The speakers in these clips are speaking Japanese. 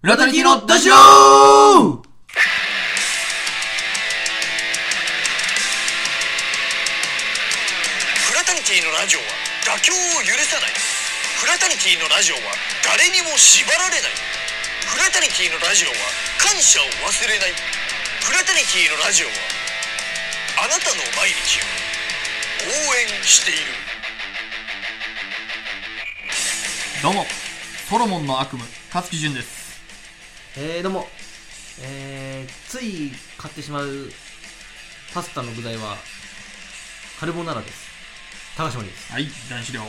フラタニティのダッシュロー。 フラタニティのラジオは妥協を許さない。フラタニティのラジオは誰にも縛られない。フラタニティのラジオは感謝を忘れない。フラタニティのラジオはあなたの毎日を応援している。 どうもソロモンの悪夢勝木潤です。 どうも、つい買ってしまうパスタの具材はカルボナーラです。高島です。 はい、男子寮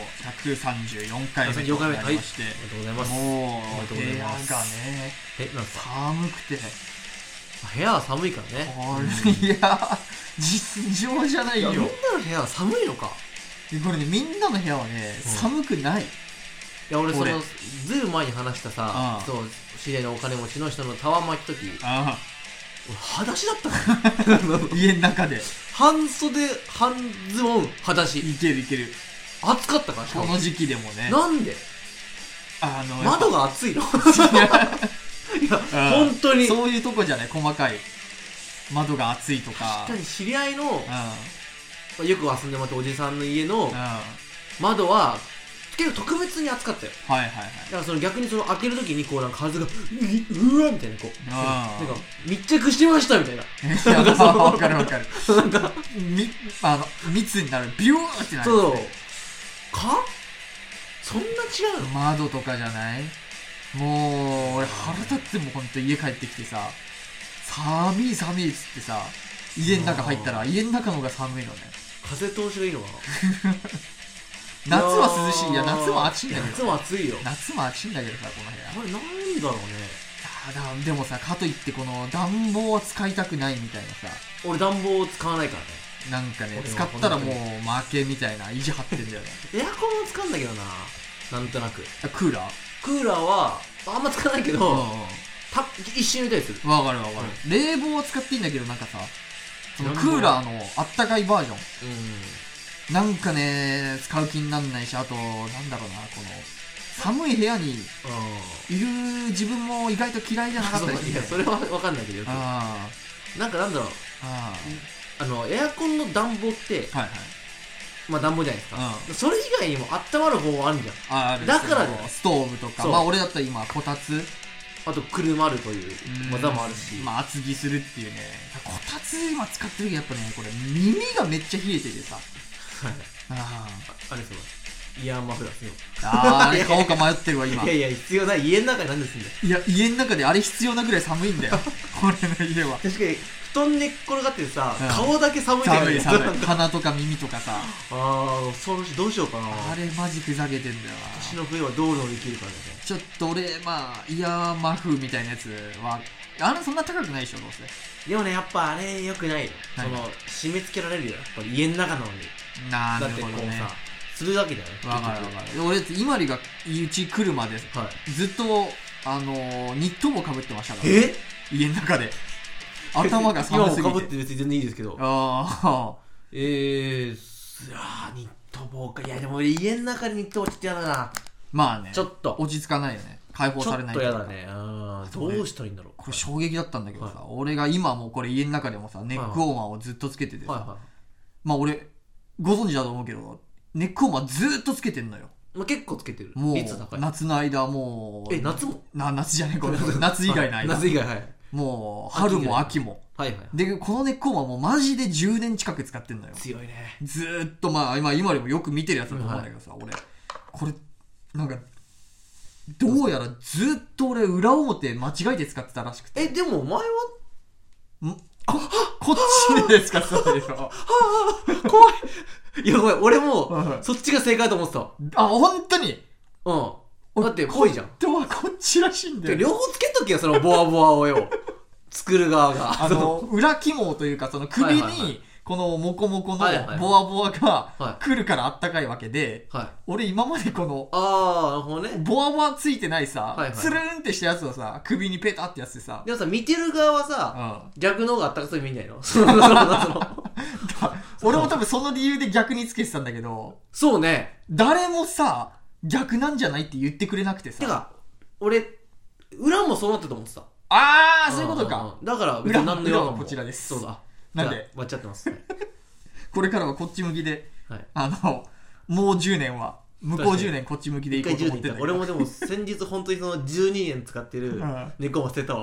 134回目となりまして、 ありがとうございます。 もう部屋がね、 なんですか。 寒くて、 部屋は寒いからね。 いや実情じゃないよ。 みんなの部屋は寒いのか。 これね、みんなの部屋はね、寒くない。 いや、俺そのずいぶん前に話したさ、そう知り合いのお金持ちの人のタワマン行った時、俺裸足だったの家の中で半袖半ズボン裸足。 いけるいける。 暑かったから。 この時期でもね。 なんで窓が暑いの。いや本当にそういうとこじゃない。細かい窓が暑いとか。 確かに知り合いの、よく遊んでもらったおじさんの家の窓は結構特別に暑かったよ。 はいはいはい。 だからその逆にその開けるときにこうなんか風がうわみたいな、こうなんか密着してましたみたいな。 わかるわかる。なんか密になる、ビューってなる。 そうか、そんな違うの。 窓とかじゃない。もう俺腹立ってもほんと家帰ってきてさ、寒い寒いっつってさ、家の中入ったら家の中の方が寒いのね。 風通しがいいのかな。 夏は涼しい。いや夏も暑いんだけど。 夏も暑いよ。 夏も暑いんだけどさ、この部屋。 これなんだろうね。 でもさ、かといってこの暖房は使いたくないみたいなさ。 俺暖房使わないからね。 なんかね、使ったらもう負けみたいな意地張ってんだよね。 エアコンは使うんだけどな、なんとなく。 クーラーはあんま使わないけど、一瞬入れたりする。 わかるわかる。冷房は使っていいんだけど、なんかさ、そのクーラーのあったかいバージョン、なんかね、使う気になんないし、あとなんだろうな、この寒い部屋にいる自分も意外と嫌いじゃなかったりする。 いや、それは分かんないけど、なんだろう、エアコンの暖房って、まあ暖房じゃないですか。それ以外にも温まる方法あるじゃん。だからストーブとか、まあ俺だったら今こたつ、 あと車あるという技もあるし、 まあ厚着するっていうね。こたつ今使ってるけど、やっぱね、これ耳がめっちゃ冷えててさ、 あれそうイヤーマフラーすよ。 あれ買おうか迷ってるわ今。 いや必要ない。家の中に何ですんだよ。 いや、家の中であれ必要なぐらい寒いんだよ。これの家は確かに布団寝っ転がってさ、顔だけ寒いじゃん。 寒い鼻とか耳とかさ。 そのどうしようかな。 あれマジふざけてんだよな。 私の冬はどう乗り切るかだね。 ちょっと俺、まあイヤーマフみたいなやつはそんな高くないでしょ、どうせ。 でもね、やっぱあれ良くないよ。その締め付けられるよ、やっぱり家の中なのに。 なるほどね。 だってこうさ、するわけじゃない。 わかるわかる。俺伊万里がうち来るまでずっとニット帽かぶってましたから。家の中で頭が寒すぎて。 今もかぶって別に全然いいですけど。ニット帽か。いやでも俺家の中にニット帽ちょっとやだな。 まあね、 ちょっと落ち着かないよね。解放されない。 ちょっとやだね。どうしたらいいんだろう。 これ衝撃だったんだけどさ、俺が今もこれ家の中でもさ、ネックウォーマーをずっとつけててさ、まあ俺ご存知だと思うけど、ネックウォーマーずっとつけてんのよ。 結構つけてる。 もう夏の間、もう夏も夏じゃねえ、これ夏以外の間。 夏以外、 もう春も秋も。でこのネックウォーマーもマジで10年近く使ってんのよ。 強いね。 ずーっと、まあ今よりもよく見てるやつだと思うんだけどさ、俺これなんかどうやらずっと俺裏表間違えて使ってたらしくて。 でもお前はこっちで使ってたでしょ。 怖い。いやごめん、俺もそっちが正解だと思ってた。 本当に。 だってぽいじゃん。 でもこっちらしいんだよ。 両方つけとけよ、そのボワボワをよ。作る側が裏肝というか、その首にこのモコモコのボワボワが来るからあったかいわけで、俺今までこのボワボワついてないさ、つるんってしたやつをさ、首にペタってやつでさ。 でもさ、見てる側はさ、逆の方があったかそうに見えないの。 俺も多分その理由で逆につけてたんだけど、 そうね、 誰もさ逆なんじゃないって言ってくれなくてさ。 てか俺裏もそうなってると思ってた。 ああ、そういうことか。 だから別に何の違和感も。 こちらです。 そうだ。 なんで間違ってます。 これからはこっち向きで、もう10年は向こう10年こっち向きでいこうと思ってんだけど。 俺もでも先日本当にその12年使ってる猫も捨てたわ。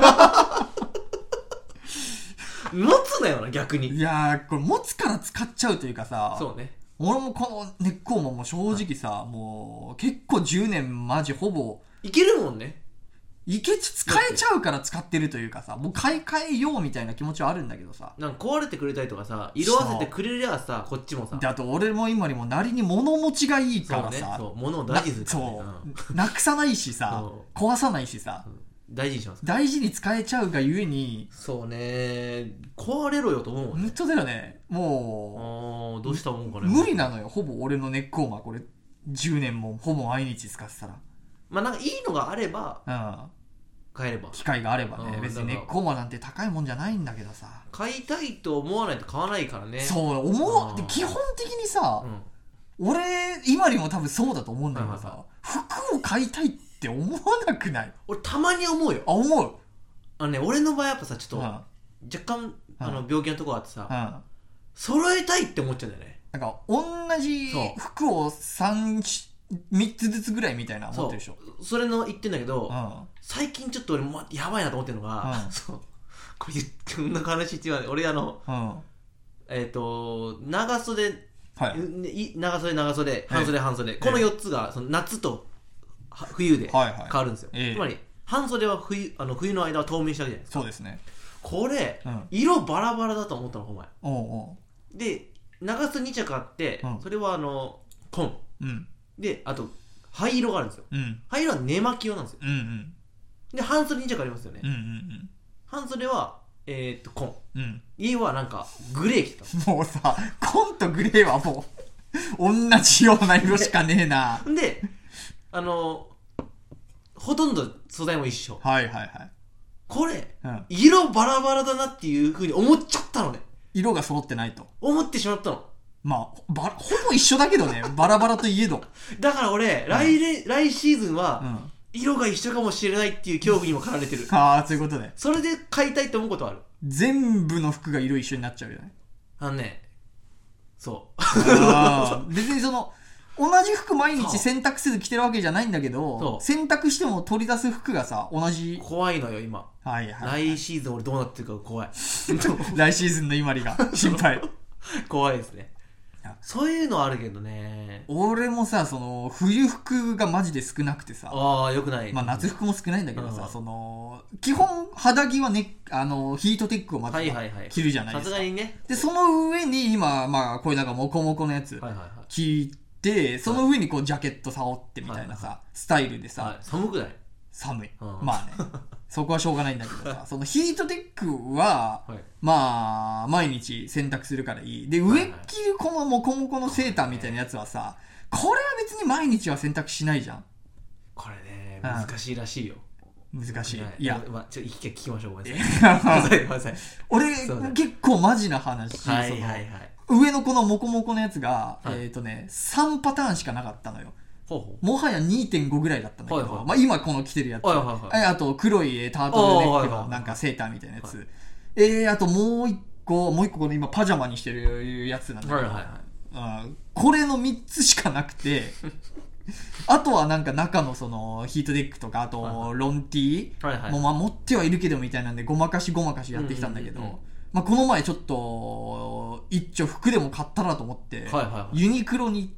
持つなよな、逆に。 いやー、これ持つから使っちゃうというかさ、 そうね。 俺もこの根っこも正直さ、もう結構10年マジほぼいけるもんね。 使えちゃうから使ってるというかさ、もう買い替えようみたいな気持ちはあるんだけどさ、 なんか壊れてくれたりとかさ、色あせてくれりゃさ、こっちもさ。 で、あと俺も今にもなりに物持ちがいいからさ、 そう、物を大事にするからね。 そう、なくさないしさ、壊さないしさ、 大事にします。 大事に使えちゃうがゆえに、 そうね、壊れろよと思うもんね。 本当だよね。もうどうしたもんかね。 無理なのよ、ほぼ俺の根っこはこれ10年もほぼ毎日使ってたら。 まあなんかいいのがあれば、買えれば、 機会があればね。別に根っこなんて高いもんじゃないんだけどさ、 買いたいと思わないと買わないからね。 そう基本的にさ、俺今にも多分そうだと思うんだけどさ、服を買いたいって思わなくない？ 俺たまに思うよ。 思う。 俺の場合やっぱさ、ちょっと若干病気のとこがあってさ、揃えたいって思っちゃうんだよね。 なんか同じ服を3つずつぐらいみたいな思ってるでしょ。 それの言ってんだけど、最近ちょっと俺もやばいなと思ってるのが、これこんな話って言わない。俺長袖、長袖、半袖、この4つがその夏と冬で変わるんですよ。つまり半袖は冬の間は冬眠したわけじゃないですか。 そうですね。 これ、色バラバラだと思ったの、お前。で、長袖2着あって、それは紺。で、あと灰色があるんですよ。灰色は寝巻き用なんですよ。で、半袖2着ありますよね。半袖は紺。家はなんかグレー着た。 もうさ、紺とグレーはもう同じような色しかねえな。 で、ほとんど素材も一緒。これ、色バラバラだなっていう風に思っちゃったのね。 色が揃ってないと思ってしまったの。 まあほぼ一緒だけどね。バラバラといえど。 だから俺、来シーズンは色が一緒かもしれないっていう恐怖にも駆られてる。 ああ、そういうことね。 それで買いたいって思うことはある。 全部の服が色一緒になっちゃうよね。 そう。 別に同じ服毎日洗濯せず着てるわけじゃないんだけど、洗濯しても取り出す服がさ、同じ。 怖いのよ今。来シーズン俺どうなってるか怖い。 来シーズンの今里が心配。 怖いですね。そういうのあるけどね。 俺もさ、冬服がマジで少なくてさ、 よくない。 まあ夏服も少ないんだけどさ、基本肌着はね、ヒートテックをまず着るじゃないですか。 さすがにね。 でその上に今こういうなんかモコモコのやつ着て、その上にこうジャケット羽織ってみたいなさ、スタイルでさ。 寒くない？ 寒い。まあね。そこはしょうがないんだけどさ、ヒートテックは、まあ、毎日洗濯するからいい。で、上着るこのモコモコのセーターみたいなやつはさ、これは別に毎日は洗濯しないじゃん。 これね、難しいらしいよ。 難しい。いや、 ちょっと聞きましょう。ごめんなさい。 俺、結構マジな話。上のこのモコモコのやつが、3パターンしかなかったのよ。もはや 2.5 ぐらいだったんだけど、まあ今この着てるやつ、あと黒いタートルネックのなんかセーターみたいなやつ、あともう一個この今パジャマにしてるやつなんだけど、これの3つしかなくてあとはなんか中のそのヒートテックとか、あとロンティーもまあ持ってはいるけどみたいなんでごまかしやってきたんだけど、まあこの前ちょっと一丁服でも買ったなと思ってユニクロに行って、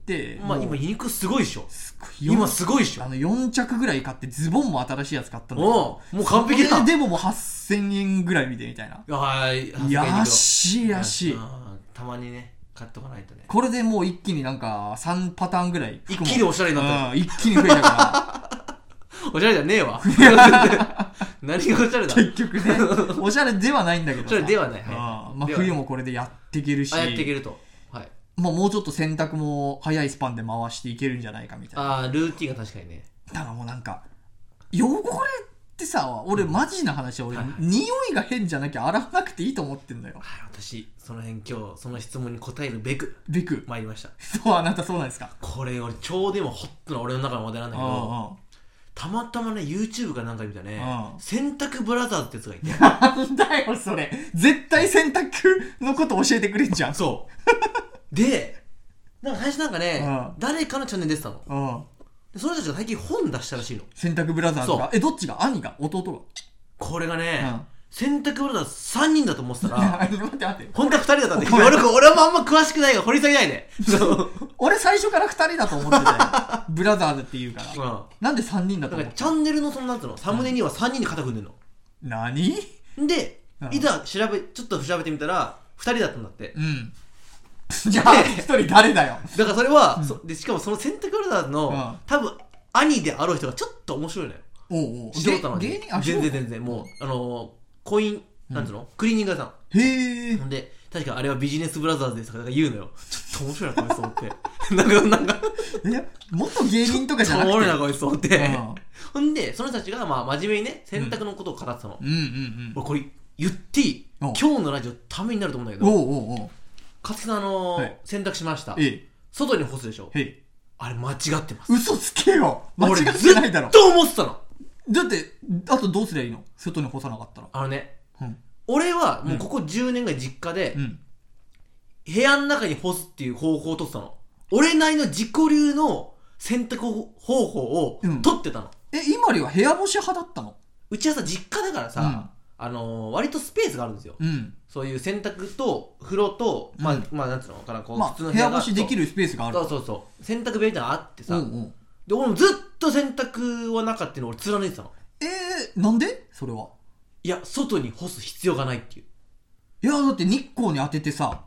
まあ今ユニクロすごいでしょ。今すごいでしょ。 4着ぐらい買ってズボンも新しいやつ買ったんだけど、 もう完璧だ。 でも8000円ぐらいみたいな。安い。 たまにね買っとかないとね。 これでもう一気になんか3パターンぐらい一気におしゃれになった。 一気に増えたからおしゃれじゃねえわ。何がおしゃれだ。 結局ね、おしゃれではないんだけどさ。 おしゃれではない。 まあ冬もこれでやっていけるし。 やっていけると。 もうちょっと洗濯も早いスパンで回していけるんじゃないかみたいな。 ルーティンが確かにね。 だからもうなんか汚れってさ、俺マジな話は俺、匂いが変じゃなきゃ洗わなくていいと思ってんだよ。 私その辺今日その質問に答えるべく参りました。 そう、あなたそうなんですか。 これ俺ちょうど今ホットな俺の中の話題なんだけど、 たまたまね YouTube かなんかで見たね、洗濯ブラザーズってやつがいてなんだよそれ、絶対洗濯のこと教えてくれんじゃん。 そうで、なんか最初なんかね、誰かのチャンネル出てたの。でその人たちが最近本出したらしいの。 洗濯ブラザーズが。どっちが？兄が？弟が？ これがね、洗濯ブラザーズ3人だと思ってたら待って本当は2人だったんだけど、俺もあんま詳しくないから掘り下げないで俺最初から2人だと思ってたよブラザーズって言うから、なんで3人だと思ってチャンネルのそのなんつうのサムネには3人で肩組んでんの。 何で、いざちょっと調べてみたら2人だったんだって。 じゃあ1人誰だよ。 だからそれは、でしかもその洗濯ブラザーズの、多分兄であろう人がちょっと面白いのよ。素人なのに全然もうコインなんつうの、クリーニング屋さん。 へえ。 で確かあれはビジネスブラザーズですとか言うのよ。ちょっと面白いなこいつと思ってなんか元芸人とかじゃなくて面白いなこいつと思って、ほんでその人たちがまあ真面目にね洗濯のことを語ってたの。俺これ言っていい？今日のラジオためになると思うんだけど、勝木さん洗濯しました、外に干すでしょ。あれ間違ってます。 嘘つけよ。間違ってないだろ。 ずっと思ってたの。 だってあとどうすりゃいいの？外に干さなかったら。 俺はもうここ10年ぐらい実家で、部屋の中に干すっていう方法を取ってたの。俺なりの自己流の洗濯方法を取ってたの。 今里は部屋干し派だったの？ うちはさ実家だからさ、割とスペースがあるんですよ。そういう洗濯と風呂と、まあなんつうのかな、こう普通の部屋干しできるスペースがある。 そう洗濯部屋みたいなのがあってさ、で俺もずっと洗濯は中っていうのを俺貫いてたの。 なんで？それは。 いや外に干す必要がないっていう。 いやだって日光に当ててさ。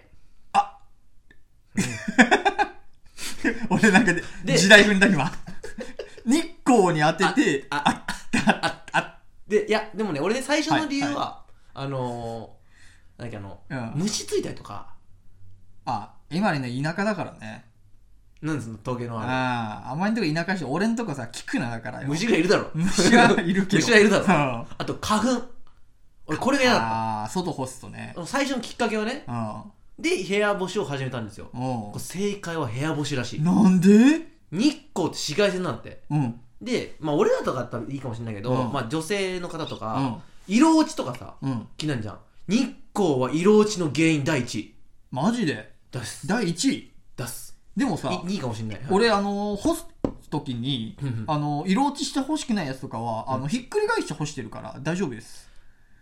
俺なんか時代踏んだ今日光に当ててで、いやでもね俺ね最初の理由は、なんだっけ虫ついたりとか。 今ね田舎だからね。 なんですのトゲのあんまりんとこ田舎し、俺んとこさ聞くなだからよ。 虫がいるだろ。 虫がいるけど虫がいるだろあと花粉。俺これが嫌だった。 外干すとね。 最初のきっかけはね、で部屋干しを始めたんですよ。正解は部屋干しらしい。 なんで？ 日光って紫外線なんて。でまあ俺らとかだったらいいかもしれないけど、まあ女性の方とか、色落ちとかさ、気になるじゃん。日光は色落ちの原因第1位。 マジで？ 出す。 第1位出す。 でもさ、 いいかもしれない。 俺干す時に色落ちして欲しくないやつとかはひっくり返して干してるから大丈夫です。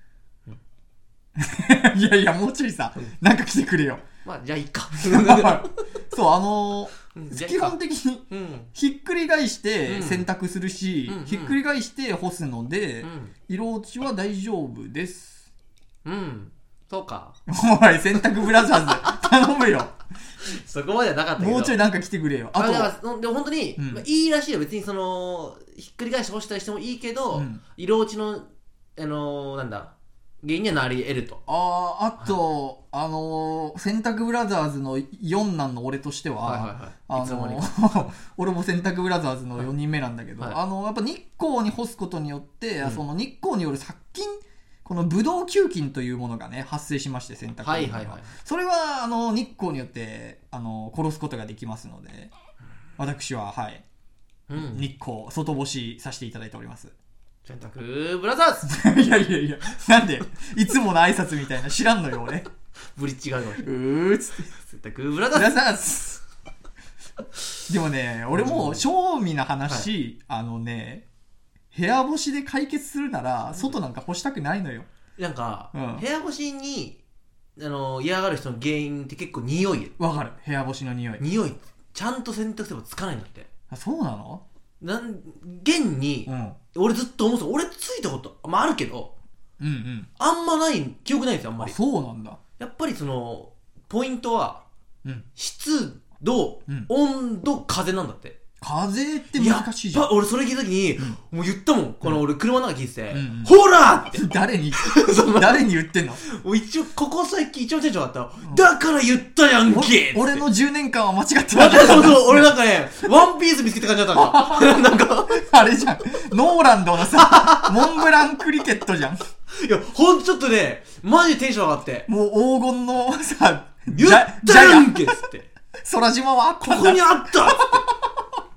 いやいやもうちょいさ、なんか来てくれよ。 まあじゃあいいか。 そう基本的にひっくり返して洗濯するし、ひっくり返して干すので色落ちは大丈夫です。 そうか。 おい洗濯ブラザーズ頼むよ。 そこまではなかったけど、 もうちょいなんか来てくれよ。 あとだからでも本当に、いいらしいよ。別にそのひっくり返して干したりしてもいいけど、色落ちのなんだ原因にはなり得ると。 あと、洗濯ブラザーズの4男の俺としては、俺も洗濯ブラザーズの4人目なんだけど、やっぱ日光に干すことによって、その日光による殺菌、このブドウ球菌というものがね発生しまして、洗濯物がそれは日光によって殺すことができますので、私は日光外干しさせていただいております。 洗濯ブラザーズいやなんでいつもの挨拶みたいな知らんのよ俺。 ブリッジがあるの。 つって洗濯ブラザーズ。でもね俺も正味な話、部屋干しで解決するなら外なんか干したくないのよ。 なんか、部屋干しに嫌がる人の原因って結構匂い。 わかる。部屋干しの匂いちゃんと洗濯すればつかないんだって。 そうなの？ 現に、俺ずっと思ってた。俺ついたこと、あるけど、あんまない記憶ないんですよ。あんまり。 そうなんだ。 やっぱりそのポイントは、湿度、温度、風なんだって。 風って難しいじゃん。 俺それ聞いた時に、もう言ったもん。俺車の中聞いてて、ほらって。 誰に言ってんの？ もう一応ここ最近一番テンション上がった。だから言ったやんけ。 俺の10年間は間違ってない。そう俺なんかねワンピース見つけた感じだったんだ。なんかあれじゃん、ノーランドのさモンブランクリケットじゃん。いやほんとちょっとねマジでテンション上がって、 もう黄金のさ言ったやんけっつって空島はあったんだ。 ここにあったっつって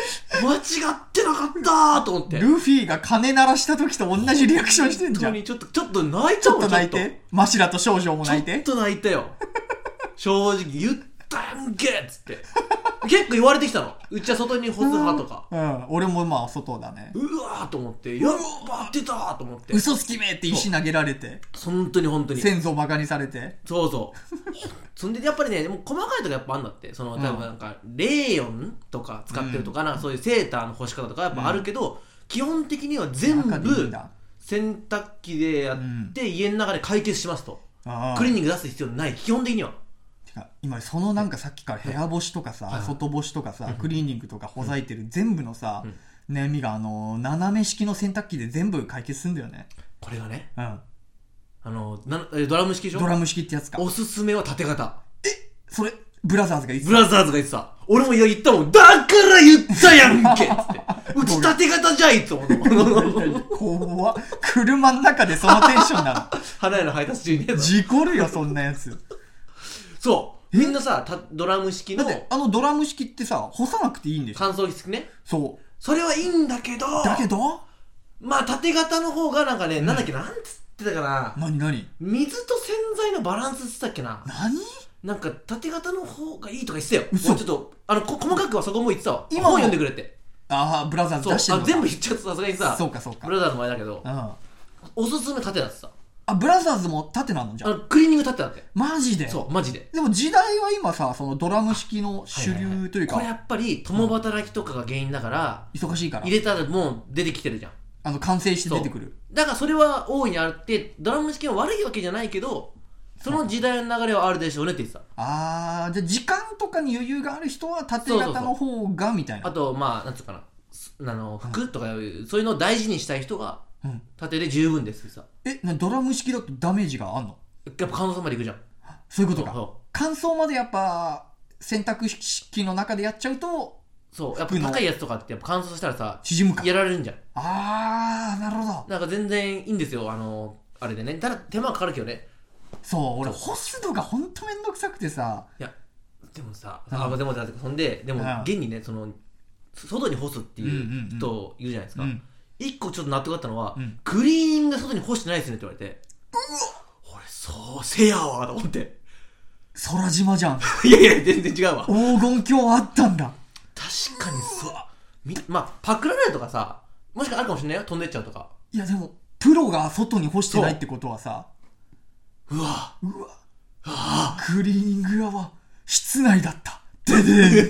間違ってなかったと思って。 ルフィが鐘鳴らした時と同じリアクションしてんじゃん。 本当にちょっと泣いたもん。 ちょっと泣いて。マシラと少女も泣いて。 ちょっと泣いたよ。正直言ったやんけっつって。結構言われてきたの。うちは外に干す派とか。 うん。俺もまあ外だね。 うわーと思って、やっぱってたーと思って。 嘘つきめって石投げられて。 本当に。 先祖バカにされて。 そう。そんでやっぱりね、でも細かいとこやっぱあんだって。例えばなんか、レーヨンとか使ってるとかな、そういうセーターの干し方とかやっぱあるけど、基本的には全部洗濯機でやって家の中で解決しますと。クリーニング出す必要ない。基本的には。 今そのなんかさっきから部屋干しとかさ、外干しとかさ、クリーニングとかほざいてる全部のさ、悩みが斜め式の洗濯機で全部解決するんだよね。 これがね、ドラム式でしょ。 ドラム式ってやつか。 おすすめは縦型。 それブラザーズが言ってた。俺も言ったもん。だから言ったやんけっつって。うち縦型じゃいつも怖っ。車の中でそのテンションなの。 花屋の配達中に事故るよそんなやつ。 そうみんなさドラム式のドラム式ってさ干さなくていいんでしょ。 乾燥機ね。 そうそれはいいんだけどまあ縦型の方がなんかね、なんだっけ、なんつってたかな。 何水と洗剤のバランスって言ったっけな。なんか縦型の方がいいとか言ってたよ。もうちょっと細かくはそこも言ってたわ。今本読んでくれって。 ブラザーズ出してるのか。 全部言っちゃうとさすがにさ。 そうかブラザーズもあれだけど、おすすめ縦だってさ。 ブラザーズも縦なのじゃん。 クリーニング縦だって。 マジで。 そうマジで。 でも時代は今さ、そのドラム式の主流というか、 これやっぱり共働きとかが原因だから、 忙しいから入れたらもう出てきてるじゃん。 完成して出てくる。 だからそれは大いにあるって、ドラム式は悪いわけじゃないけど、その時代の流れはあるでしょうねって言ってた。 じゃあ時間とかに余裕がある人は縦型の方がみたいな。 あとまあなんつうかな、服とかそういうのを大事にしたい人が縦で十分ですさ。 ドラム式だとダメージがあんの？ やっぱ乾燥までいくじゃん。 そういうことか。乾燥までやっぱ洗濯機の中でやっちゃうと、 そうやっぱ高いやつとかってやっぱ乾燥したらさ縮むかやられるんじゃん。 なるほど。 なんか全然いいんですよ、あれでね。ただ手間はかかるけどね。 そう俺干すのがほんとめんどくさくてさ。 いやでもさ、でも現にね、外に干すっていう人いるじゃないですか。一個ちょっと納得あったのは、クリーニングが外に干してないですねって言われて、俺そうせやわと思って。 空島じゃん。 いや全然違うわ。 黄金鏡あったんだ。 確かにそう。まあパクられるとかさ、もしかあるかもしれないよ、飛んでっちゃうとか。 いやでもプロが外に干してないってことはさ、 うわクリーニング屋は室内だった。でで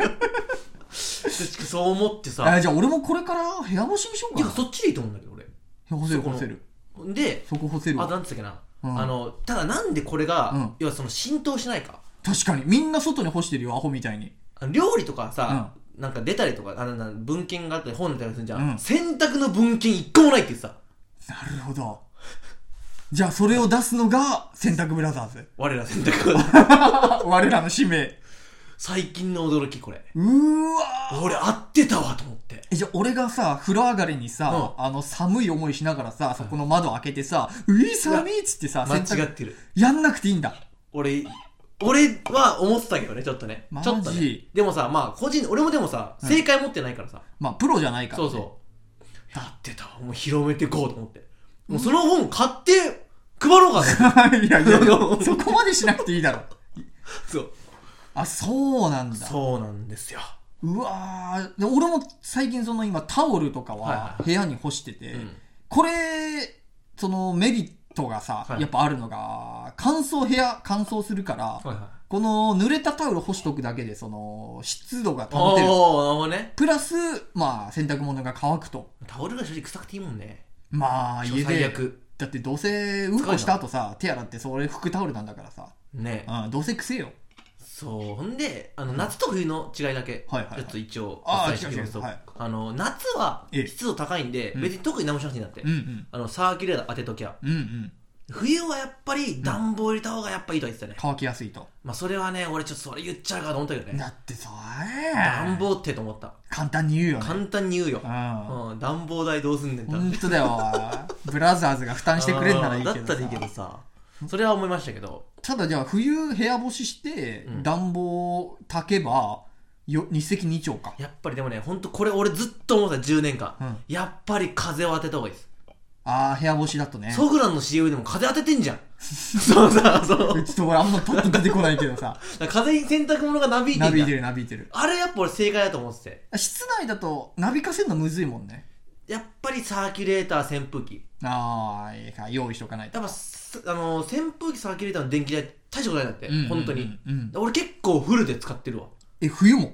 そう思ってさ。 じゃあ俺もこれから部屋干しにしようかな。 いやそっちでいいと思うんだけど俺。 干せる。 でそこ干せるわ。 なんつったっけな。ただなんでこれが、要は浸透しないか。 確かにみんな外に干してるよアホみたいに。 料理とかさ、なんか出たりとか文献があったり本出たりするじゃん。洗濯の文献一個もないってさ。 なるほど。じゃあそれを出すのが洗濯ブラザーズ。 我ら洗濯ブラザーズ。 我らの使命。 最近の驚きこれ。俺合ってたわと思って。 じゃあ俺がさ風呂上がりにさ、寒い思いしながらさ、そこの窓開けてさ、うい寒いっつってさ、 間違ってる。 やんなくていいんだ。 俺は思ってたけどね、ちょっとね。 マジちょっとね。でもさ、まあ俺もでもさ、正解持ってないからさ。 まあプロじゃないからね。 そうやってたわ。もう広めていこうと思って。もうその本買って配ろうかな。 いやそこまでしなくていいだろ。 そう。 そうなんだ。 そうなんですよ。 うわー。俺も最近今タオルとかは部屋に干してて、これメリットがさ、やっぱあるのが部屋乾燥するから、この濡れたタオル干しとくだけで湿度が保てる。 なるほどね。 プラスまあ洗濯物が乾くと。 タオルが正直臭くていいもんね。 まあ家でだってどうせうんこした後さ手洗ってそれ拭くタオルなんだからさね。 どうせ臭えよ。 そうほんで夏と冬の違いだけちょっと一応お伝えしておきますと、夏は湿度高いんで別に特に何もしなくていいんだって。サーキュレーター当てときゃ。冬はやっぱり暖房入れた方がやっぱいいとは言ってたね。 乾きやすいと。 まあそれはね俺ちょっとそれ言っちゃうかと思ったけどね。 だってそれ暖房ってと思った。 簡単に言うよね。 簡単に言うよ。暖房代どうすんねんって。 本当だよ。ブラザーズが負担してくれんならいいけどさ。 だったらいいけどさ。それは思いましたけど。 ただじゃあ冬部屋干しして暖房炊けば日赤2丁か。 やっぱりでもね、ほんとこれ俺ずっと思ってた10年間、やっぱり風を当てた方がいいです。 ああ、部屋干しだとね。 ソフランの CM でも風当ててんじゃん。そうさ、そう。 ちょっと俺あんまパッと出てこないけどさ。 風に洗濯物がなびいてる。 なびいてる。 あれやっぱ俺正解だと思ってて。 室内だとなびかせるのむずいもんね。 やっぱりサーキュレーター、扇風機。 ああ、用意しとかないと。 やっぱ扇風機、サーキュレーターの電気代大したことないんだって、本当に。俺結構フルで使ってるわ。 冬も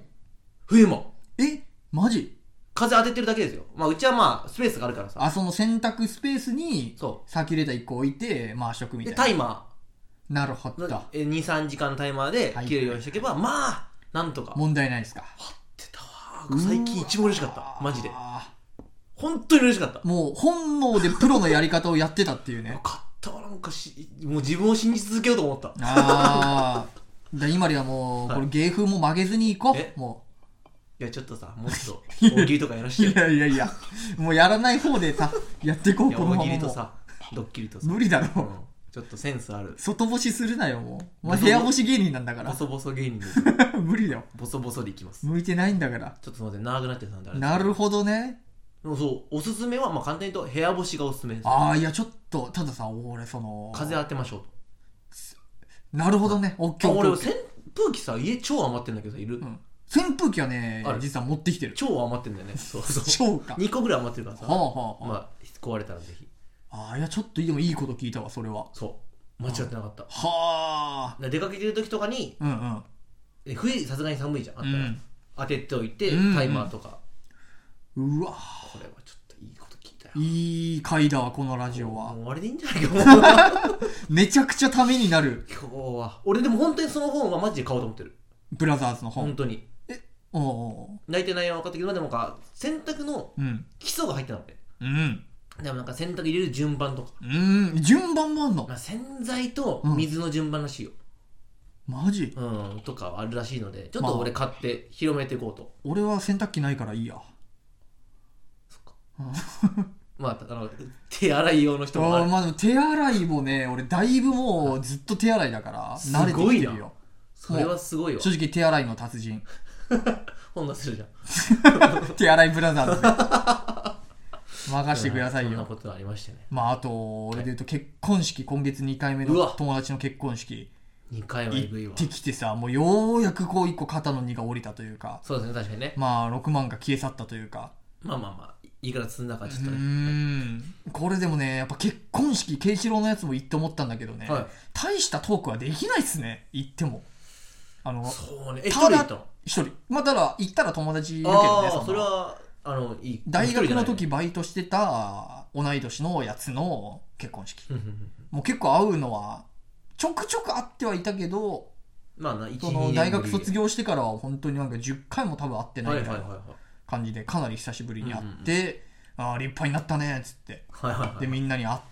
マジ？ 風当ててるだけですよ。まあうちはまあスペースがあるからさ。 その洗濯スペースにサーキュレーター1個置いて回しとくみたいな。 でタイマー。なるほど。 2、3時間のタイマーで切れるようにしておけば、まあなんとか問題ないですか。 張ってたわ。最近一番嬉しかった、マジで。本当に嬉しかった。 もう本能でプロのやり方をやってたっていうね。 よかったわ。なんかもう自分を信じ続けようと思った。 今にはもうこれ芸風も曲げずにいこう。もういやちょっとさ、もっと大喜利とかやらしてよ。いやもうやらない方でさやっていこう。このまま大喜利とさドッキリとさ無理だろ、 ちょっとセンスある。 外干しするなよ。もう部屋干し芸人なんだから。 ボソボソ芸人で無理だよ。 ボソボソでいきます。 向いてないんだから。 ちょっとすいません、長くなってたんであれ。 なるほどね。 そうおすすめはまあ簡単に言うと部屋干しがおすすめです。 いやちょっとたださ、俺風当てましょうと。 なるほどね。オッケー。 俺扇風機さ、家超余ってんだけどさ、いる？ 扇風機はね、実は持ってきてる。 超余ってんだよね。そう超か。 2個ぐらい余ってるからさ。まあ壊れたらぜひ。 いやちょっとでもいいこと聞いたわ、それは。 そう間違ってなかった。 はあ。出かけてる時とかに、冬さすがに寒いじゃん。あったら当てておいてタイマーとか。 うわ。 これはちょっといいこと聞いたよ。 いい回だわこのラジオは。 もう終わりでいいんじゃないか。 めちゃくちゃためになる。 今日は俺でも本当にその本はマジで買おうと思ってる。 ブラザーズの本。 本当に。大体内容は分かったけど、でも洗濯の基礎が入ってなくて。でも洗濯入れる順番とか。 順番もあんの？ 洗剤と水の順番らしいよ。 マジ？ とかあるらしいので、ちょっと俺買って広めていこうと。 俺は洗濯機ないからいいや。 そっか。まあ手洗い用の人もある。 まあ手洗いもね、俺だいぶもうずっと手洗いだから慣れてきてるよ。 それはすごいわ。 正直手洗いの達人。 本出せるじゃん。 手洗いブラザーズで任してくださいよ。 そんなことありましてね。 あと俺で言うと結婚式、今月2回目の友達の結婚式 2回はえぐいわ。 行ってきてさ、もうようやくこう一個肩の荷が下りたというか。 そうですね、確かにね。 6万が消え去ったというか。 まあいいから積んだからちょっとね。 これでもね、やっぱ結婚式慶一郎のやつも行って思ったんだけどね、大したトークはできないっすね、行っても。 そうね。一人行ったの？ 一人。ただ行ったら友達いるけどね。 それはいい。 大学の時バイトしてた同い年のやつの結婚式。もう結構会うのはちょくちょく会ってはいたけど、大学卒業してからは本当に10回も多分会ってないみたいな感じで、かなり久しぶりに会って、立派になったねっつって、でみんなに会って、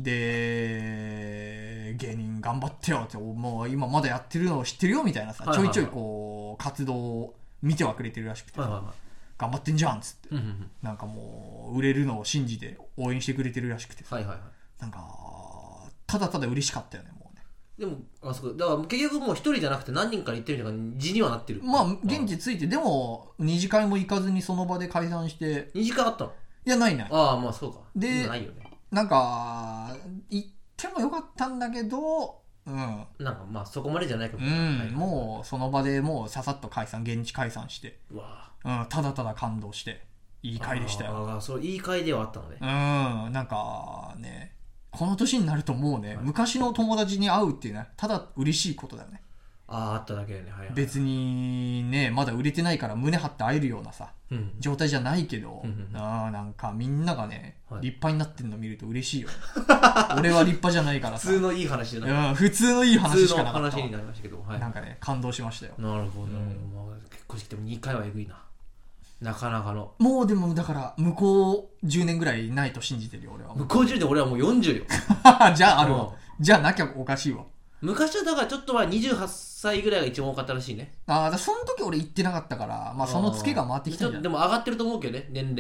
で芸人頑張ってよって、もう今まだやってるのを知ってるよみたいなさ、ちょいちょいこう活動を見てはくれてるらしくて、頑張ってんじゃんっつって、なんかもう売れるのを信じて応援してくれてるらしくて、なんかただただ嬉しかったよね。もうね、 でもそうだから結局もう一人じゃなくて何人かで行ってるみたいな感じにはなってる。 現地着いて、でも二次会も行かずにその場で解散して。 二次会あったの？ いやない。 まあそうか。 でないよね。 なんか行ってもよかったんだけど、 なんかまあそこまでじゃないかも。 もうその場でもうささっと現地解散して、ただただ感動していい会でしたよ。 そういい会ではあったのね。 なんかね、この年になるともうね、昔の友達に会うっていうね、ただ嬉しいことだよね。 あっただけでね。 別にね、まだ売れてないから胸張って会えるようなさ、状態じゃないけど、なんかみんながね、立派になってるの見ると嬉しいよ。俺は立派じゃないからさ。 普通のいい話じゃない。 普通のいい話しかなかった。 普通の話になりましたけど、 なんかね、感動しましたよ。 なるほど。結婚式でも2回はえぐいな。なかなかの。 もうでもだから向こう10年ぐらいないと信じてるよ、俺は。 向こう10年俺はもう40よ。 じゃああるわ。じゃあなきゃおかしいわ。 昔はだからちょっとは28歳ぐらいが一番多かったらしいね。 その時俺行ってなかったから、そのツケが回ってきたんじゃない。 でも上がってると思うけどね、年齢が。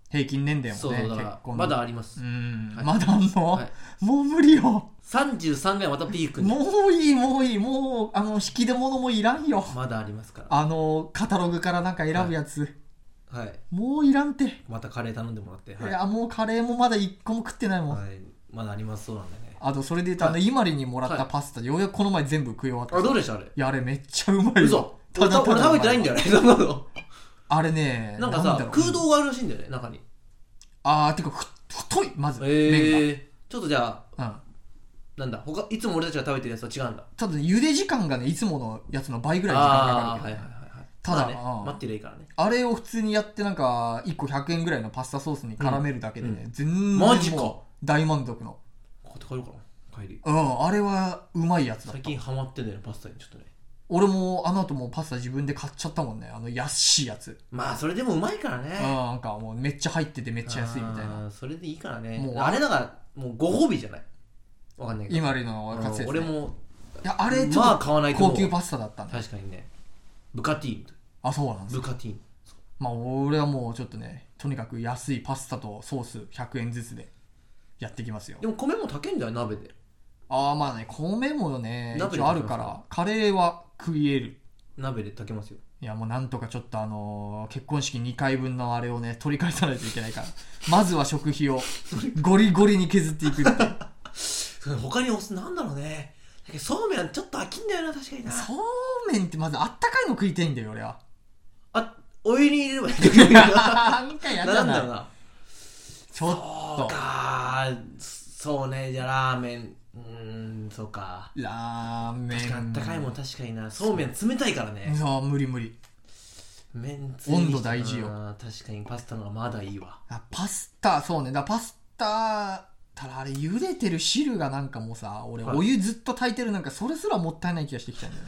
平均年齢もね、 そうだからまだあります。 まだあんの、もう無理よ。 33ぐらいまたピークに。 もういいもう引き出物もいらんよ。 まだありますから。 カタログからなんか選ぶやつ、 はい、 もういらんて。 またカレー頼んでもらって、 いやもうカレーもまだ1個も食ってないもん。 まだありますそうなんでね。 あとそれで言うとイマリにもらったパスタ、ようやくこの前全部食い終わった。 どうでしたあれ？ いやあれめっちゃうまいよ。 嘘。俺食べてないんだよね。 あれね、 なんかさ、空洞があるらしいんだよね、中に。 てか太い、まず麺が。 ちょっとじゃあ、なんだ、いつも俺たちが食べてるやつと違うんだ。 ただ茹で時間がね、いつものやつの倍ぐらい時間かかるけどね。ただ、 待ってりゃいいからね。 あれを普通にやってなんか1個100円ぐらいのパスタソースに絡めるだけでね、全然もう大満足の。 買って帰ろうかな、帰り。 あれはうまいやつだった。 最近ハマってんだよね、パスタにちょっとね。 俺もあの後もうパスタ自分で買っちゃったもんね、安いやつ。 まあそれでもうまいからね。 なんかもうめっちゃ入っててめっちゃ安いみたいな。 それでいいからね。もうあれだからもうご褒美じゃない。わかんないけど。 今の活躍、 俺もいやあれちょっと高級パスタだったんだ。 確かにね。ブカティーン。 あ、そうなんですか。ブカティーン。 まあ俺はもうちょっとね、とにかく安いパスタとソース100円ずつでやってきますよ。 でも米も炊けんだよ、鍋で。 まあね、米もね一応あるからカレーは食い得る。 鍋で炊けますよ。 いやもうなんとかちょっと結婚式2回分のあれをね取り返さないといけないからまずは食費をゴリゴリに削っていくって他になんだろうね。そうめんちょっと飽きんだよな、確かにな。 そうめんってまずあったかいの食いたいんだよ俺は。 お湯に入れればいいなんかやだな。 なんだろうな。 ちょっとそうね。じゃあラーメン、そうか。 ラーメン確かにあったかいもん確かにな。そうめん冷たいからね。 そう無理無理。 麺温度大事よ。 確かにパスタの方がまだいいわ。 パスタそうね。パスタただあれ茹でてる汁がなんかもうさ、俺お湯ずっと炊いてるなんかそれすらもったいない気がしてきたんだよね。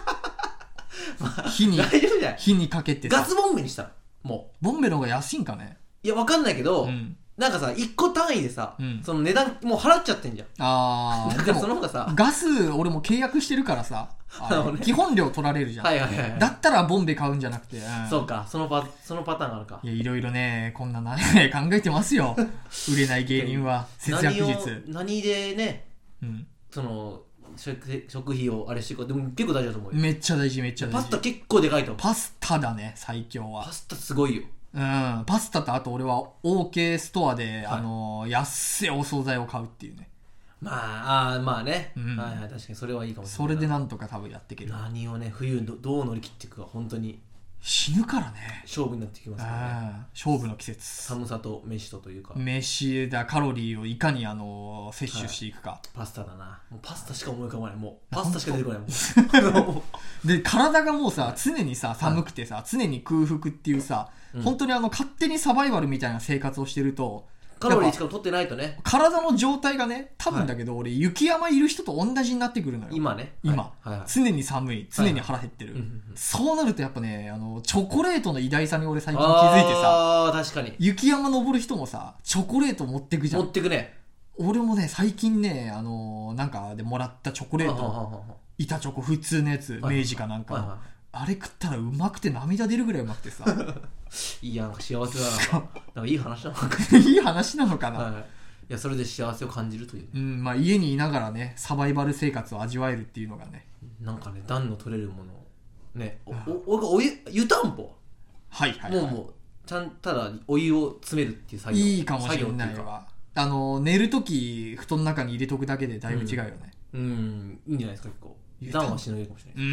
火にかけてさガスボンベにしたらもうボンベの方が安いんかね。 いやわかんないけど、なんかさ1個単位でさ、その値段もう払っちゃってんじゃん。でもその方がさガス俺も契約してるからさ基本料取られるじゃん。だったらボンベ買うんじゃなくて、 そうか、そのパターンがあるか。 いやいろいるねこんな考えてますよ売れない芸人は節約術。 何でね、その食費をあれしていくか。でも結構大事だと思うよ。 めっちゃ大事めっちゃ大事。 パスタ結構でかいと思う。 パスタだね最強は。 パスタすごいよ。 パスタとあと俺は OK ストアで、安いお惣菜を買うっていうね。 まあね、はいはい、確かにそれはいいかもしれない。 それでなんとか多分やっていける。 何をね冬どう乗り切っていくか本当に死ぬからね。 勝負になってきますからね。 勝負の季節。 寒さと飯というか飯だ。カロリーをいかに摂取していくか、 パスタだな。もうパスタしか思い浮かばない。もうパスタしか出てこないもんで体がもうさ常にさ寒くてさ、常に空腹っていうさ、本当に勝手にサバイバルみたいな生活をしてるとカロリーしか取ってないとね、 体の状態がね多分だけど、俺雪山いる人と同じになってくるのよ今ね。 常に寒い、常に腹減ってる、そうなるとやっぱねチョコレートの偉大さに俺最近気づいてさ。 確かに雪山登る人もさチョコレート持ってくじゃん。 持ってくね。 俺もね最近ねなんかでもらったチョコレート、板チョコ普通のやつ、明治かなんか、あれ食ったらうまくて涙出るぐらいうまくてさいいや、なんか幸せだな。なんかいい話なのかいい話なのかな、 いやそれで幸せを感じるという、 まあ家にいながらねサバイバル生活を味わえるっていうのがね、 なんかね暖の取れるものね、湯たんぽ、もうただお湯を詰めるっていう作業いいかもしれないわ。寝るとき布団の中に入れとくだけでだいぶ違うよね。 いいんじゃないですか。結構暖はしのげるかもしれない。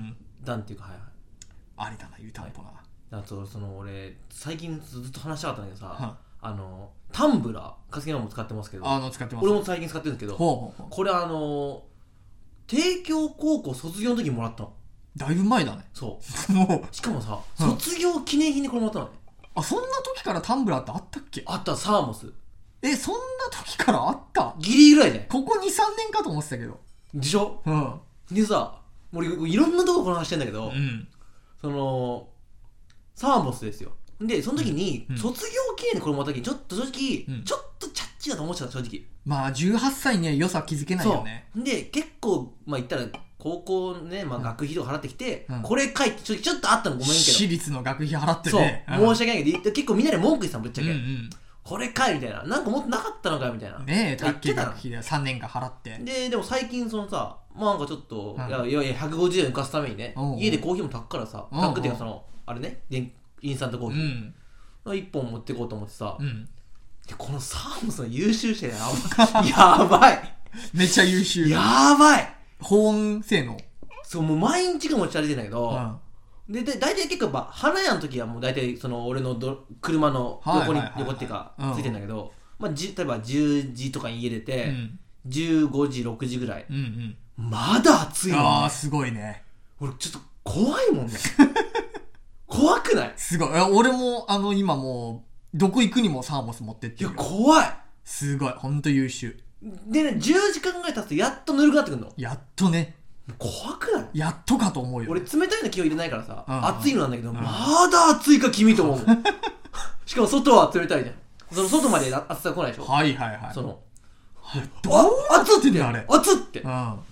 暖っていうかありだな湯たんぽな。 あと俺最近ずっと話したかったんだけどさ、タンブラーかつきのも使ってますけど、 使ってます。 俺も最近使ってるんですけど、これ帝京高校卒業の時にもらったの。 だいぶ前だね。 そうもうしかもさ、卒業記念品にこれもらったのね。 そんな時からタンブラーってあったっけ？ あった。サーモス。 そんな時からあった？ ギリぐらいでここ 2,3 年かと思ってたけど。 でしょ。でさ、俺いろんなとここの話してんだけど、そのサーモスですよ。でその時に、卒業記念でこれもらった時にちょっと正直、ちょっとチャッチだと思っちゃった正直。 まあ18歳には良さ気づけないよね。 そうで結構言ったら高校ね、まあ、学費とか払ってきて、これ書いてちょっとあったのごめんけど私立の学費払ってね、 そう申し訳ないけど結構みんなで文句言ってたぶっちゃけ、これかいみたいな、なんかもっとなかったのかみたいなねえ、卓球学費で3年間払ってでも最近そのさ、まあなんかちょっと、いや150円浮かすためにね、家でコーヒーも炊くからさ、炊くっていうかそのあれね、インスタントコーヒー1本持っていこうと思ってさ、でこのサーモスの優秀者やばいめっちゃ優秀、 やばい保温性能、 そうもう毎日が持ち歩いてんだけど、で大体結構花屋の時はもう大体その俺の車の横に横っていうかついてんだけど、まあ例えば10時とかに家出て、15時6時ぐらい、まだ暑いもんね。 ああすごいね。 俺ちょっと怖いもんね怖くない？ すごい。俺も今もうどこ行くにもサーモス持ってってるよ。 いや怖い。 すごい、ほんと優秀でね、10時間ぐらい経つとやっとぬるくなってくるの。 やっとね。 怖くない？ やっとかと思うよ。 俺冷たいの気を入れないからさ、暑いのなんだけど、まだ暑いか君と思うしかも外は冷たいじゃん。その外まで暑さ来ないでしょ。 はいはいはい。 その暑ってんだあれ。 暑って。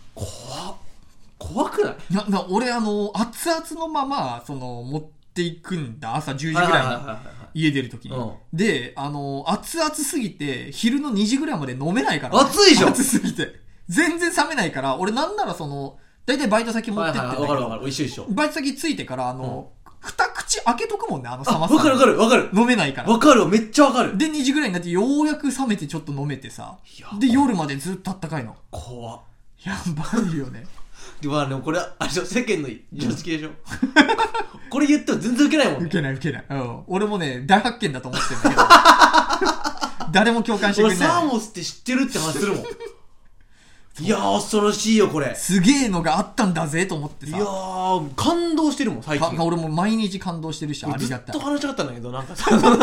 怖くない？ 俺熱々のまま持っていくんだ、朝10時ぐらいに家出るときに。で熱々すぎて昼の2時ぐらいまで飲めないから、 暑いじゃん。 暑すぎて全然冷めないから、俺なんなら大体バイト先持ってってんだけど、 わかるわかる、一緒バイト先ついてから二口開けとくもんね、寒さ。 わかるわかるわかる。 飲めないから。 わかる、めっちゃわかる。 で2時ぐらいになってようやく冷めてちょっと飲めてさ、で夜までずっとあったかいの。 怖っ。 やばいよね。 でもこれあれでしょ、世間の常識でしょこれ言っても全然ウケないもんね。 ウケないウケない。俺もね大発見だと思ってるんだけど誰も共感してくれない。 俺サーモスって知ってるって話するもんいやー恐ろしいよこれ。 すげえのがあったんだぜと思ってさ。 いやー感動してるもん最近。 俺も毎日感動してるし、ありがたい。 ずっと話したかったんだけど、なんか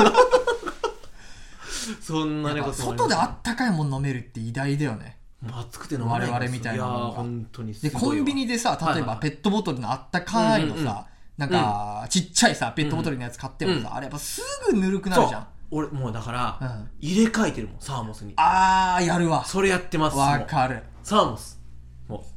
そんなねこと。 外であったかいもん飲めるって偉大だよね。 暑くて飲まない。 我々みたいなものが。 本当にすごいわ。 でコンビニでさ、例えばペットボトルのあったかいのさ、なんかちっちゃいさペットボトルのやつ買ってもさ、あれやっぱすぐぬるくなるじゃん。 俺もうだから入れ替えてるもん、サーモスに。 やるわ。 それやってます。 わかる。 サーモスもう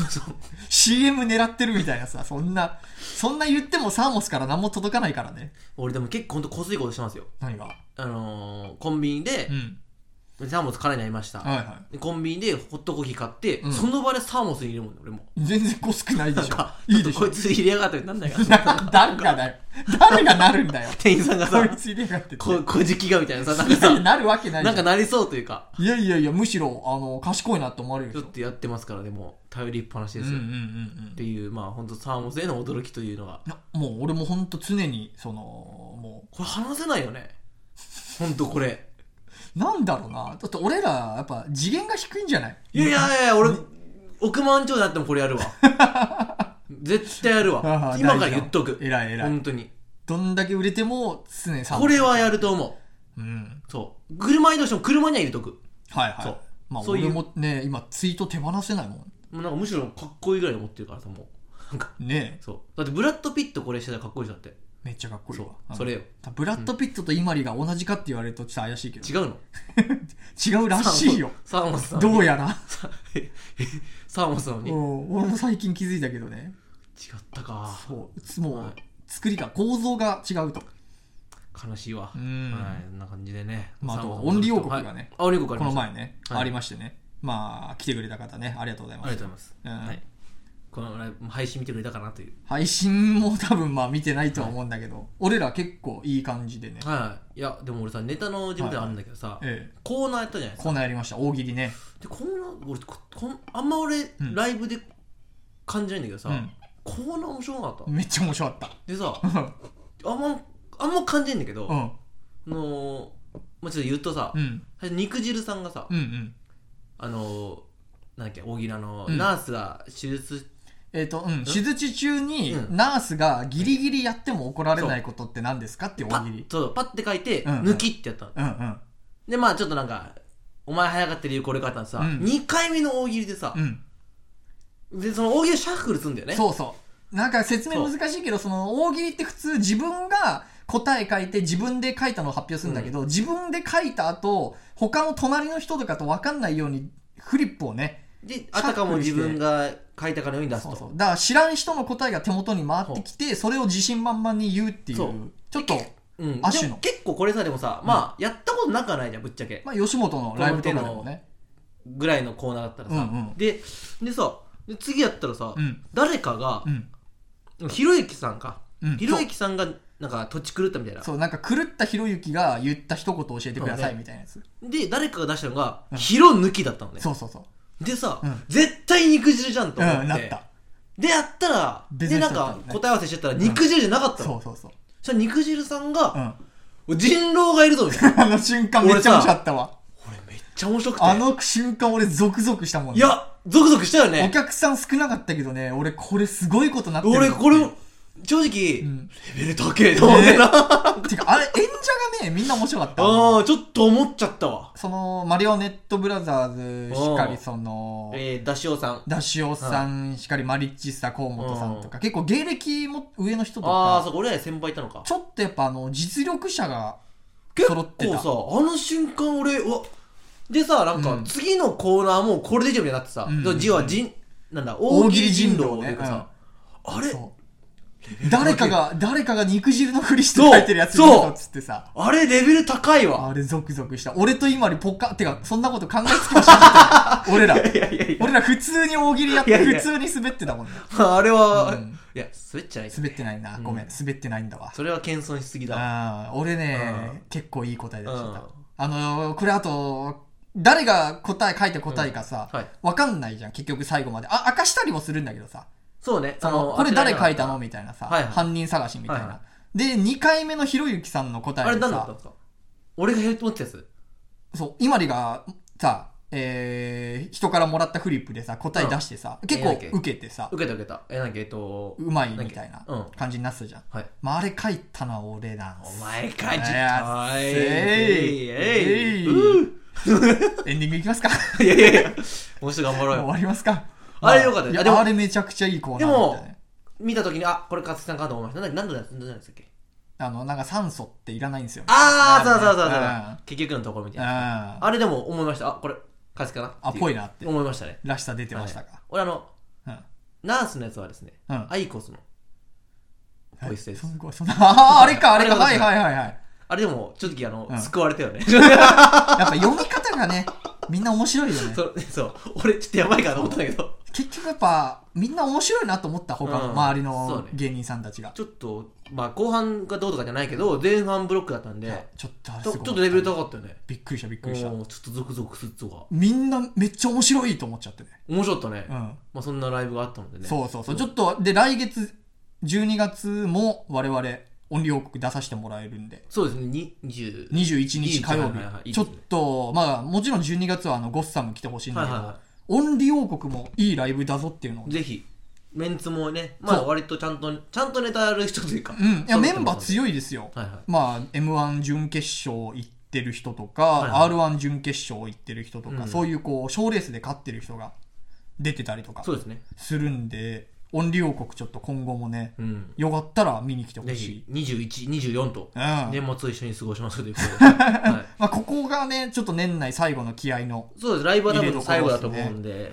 CM 狙ってるみたいなさ、そんな言ってもサーモスから何も届かないからね。 俺でも結構ほんとこすいことしてますよ。 何が？ コンビニでサーモス空になりました、コンビニでホットコーヒー買って、その場でサーモスに入れるもんね俺も。 全然こすくないでしょ。いいでしょ。 こいつ入れやがってなんだよ誰がだよ。誰がなるんだよ。 店員さんがさ、 こいつ入れやがってこじきがみたいなさ、なんかさなるわけないじゃん。 なんかなりそうというか。 いやむしろ賢いなって思われる。 ちょっとやってますからでも頼りっぱなしですよっていう、まあ本当サーモスへの驚きというのが。 もう俺も本当常にもうこれ話せないよね。本当これ。 なんだろうな。だって俺らやっぱ次元が低いんじゃない？ いや俺億万長者になってもこれやるわ絶対やるわ今から言っとく。 偉い本当にどんだけ売れても常にこれはやると思う。そう車移動しても車には入れとく。 そうまあ俺もね今ツイート手放せないもん。 もうなんかむしろかっこいいぐらい思ってるからさ、もうなんかねえ。 そうだってブラッド・ピットこれしてたらかっこいいじゃんって。 めっちゃかっこいいわ。 それよ。 ブラッド・ピットとイマリが同じかって言われるとちょっと怪しいけど。 違うの？ 違うらしいよ。 サーモスさんどうやらサーモスなのに。 俺も最近気づいたけどね。 違ったか。 そうもう作りが構造が違うと。 悲しいわ。はい、こんな感じでね。 まああとオンリー王国がね、 オンリー王国この前ねありましてね。まあ来てくれた方ね、ありがとうございます。 ありがとうございます。はい。この配信見てくれたかなという。 配信も多分まあ見てないとは思うんだけど、俺ら結構いい感じでね。 いやでも俺さネタの自分ではあるんだけどさ、コーナーやったじゃないですか。 コーナーやりました。大喜利ね。 でコーナー俺あんま俺ライブで感じないんだけどさ、コーナー面白かった。 めっちゃ面白かった。でさあんま感じないんだけど、まあちょっと言うとさ、最初肉汁さんがさ、なんだっけ、大喜利ナースが手術手術中にナースがギリギリやっても怒られないことって何ですかって大喜利。 パッて書いて抜きってやったの。でまあちょっとなんかお前早かった理由これ書いたのさ、2回目の大喜利でさ、でその大喜利シャッフルするんだよね。 そうなんか説明難しいけど、その大喜利って普通自分が答え書いて自分で書いたのを発表するんだけど、自分で書いた後他の隣の人とかと分かんないようにフリップをねであたかも自分が書いたかのように出すと。 そうそうだから知らん人の答えが手元に回ってきて、それを自信満々に言うっていう、ちょっと亜種の。 結構これさ、でもさ、まあやったことなくはないじゃん、ぶっちゃけ。 まあ吉本のライブとかでもねぐらいのコーナーだったらさ、でさ、次やったらさ、誰かが、ひろゆきさんか、ひろゆきさんがなんか土地狂ったみたいな、 そうなんか狂ったひろゆきが言った一言教えてくださいみたいなやつで、誰かが出したのがひろ抜きだったのね。 そうそうそうでさ、絶対肉汁じゃんと思って、 なった。 でやったら、でなんか答え合わせしてたら肉汁じゃなかったの。そうそしたら肉汁さんが、人狼がいるぞみたいな。 あの瞬間めっちゃ面白かったわ。 俺めっちゃ面白くて、 あの瞬間俺ゾクゾクしたもんね。 いやゾクゾクしたよね。 お客さん少なかったけどね、俺これすごいことなってる。 俺これ正直、レベル高えと思ってな。 てかあれ演者がねみんな面白かった。 ああちょっと思っちゃったわ。 そのマリオネットブラザーズしかり、そのダシオさんしかり、マリッチスタ河本さんとか、結構芸歴も上の人とか。 ああそう、俺ら先輩いたのか。 ちょっとやっぱ実力者が揃ってた。 結構さ、あの瞬間俺でさ、なんか次のコーナーもこれでいいじゃんみたいになってさ、字はなんだ大喜利人狼っていうかさ、あれ誰かが肉汁のふりして書いてるやついるぞっつってさ、 あれレベル高いわ。 あれゾクゾクした。俺と今にポッカってかそんなこと考えつきました俺ら普通に大喜利やって普通に滑ってたもんね。 あれは、いや滑っちゃない。 滑ってないな、ごめん、滑ってないんだわ。 それは謙遜しすぎだ。 俺ね結構いい答え出してた。これあと誰が書いて答えかさ、わかんないじゃん結局最後まで。明かしたりもするんだけどさ。 そうね。 これ誰書いたのみたいなさ、犯人探しみたいな。で、2回目のひろゆきさんの答えあれ何だったんですか？俺がやると思ったやつ？ そう、今里がさ、人からもらったフリップでさ、答え出してさ、結構受けてさ。 受けた。 うまいみたいな感じになってたじゃん。まあ、あれ書いたのは俺なんす。 お前書いちゃった。 エンディングいきますか？ いや。もう一度頑張ろうよ。 終わりますか？ あれよかった。 でもあれめちゃくちゃいいコーナーだったね。 でも見たときにこれ勝木さんかと思いました。何だったっけ？ なんか酸素っていらないんですよ。 そう結局のところみたいな。あれでも思いました。これ勝木かな。 ぽいなって思いましたね。 らしさ出てましたか。 俺ナースのやつはですね、アイコスのボイスです。 あれかはい。あれでも正直救われたよね。 やっぱ読み方がねみんな面白いよね。 そう俺ちょっとやばいかなと思ったんだけど、 結局やっぱみんな面白いなと思った。他の周りの芸人さんたちが、 ちょっとまあ後半がどうとかじゃないけど前半ブロックだったんで、 ちょっとレベル高かったよね。 びっくりした。ちょっとゾクゾクするとか、 みんなめっちゃ面白いと思っちゃってね。 面白かったね。まあそんなライブがあったのでね。 そうちょっとで来月12月も我々オンリー王国出させてもらえるんで。 そうですね。 21日火曜日、ちょっとまあもちろん12月はゴッサム来てほしいんだけど、オンリー王国もいいライブだぞっていうのをぜひ。メンツもね、まあ割とちゃんとネタある人というか、 いやメンバー強いですよ。まあ M1 準決勝行ってる人とか、R1 準決勝行ってる人とか、そういう賞レースで勝ってる人が出てたりとかするんで、オンリー王国ちょっと今後もね、よかったら見に来てほしい。 21、24と年末一緒に過ごしますということで、 まあここがねちょっと年内最後の気合の。 そうです。ライブは多分最後だと思うんで、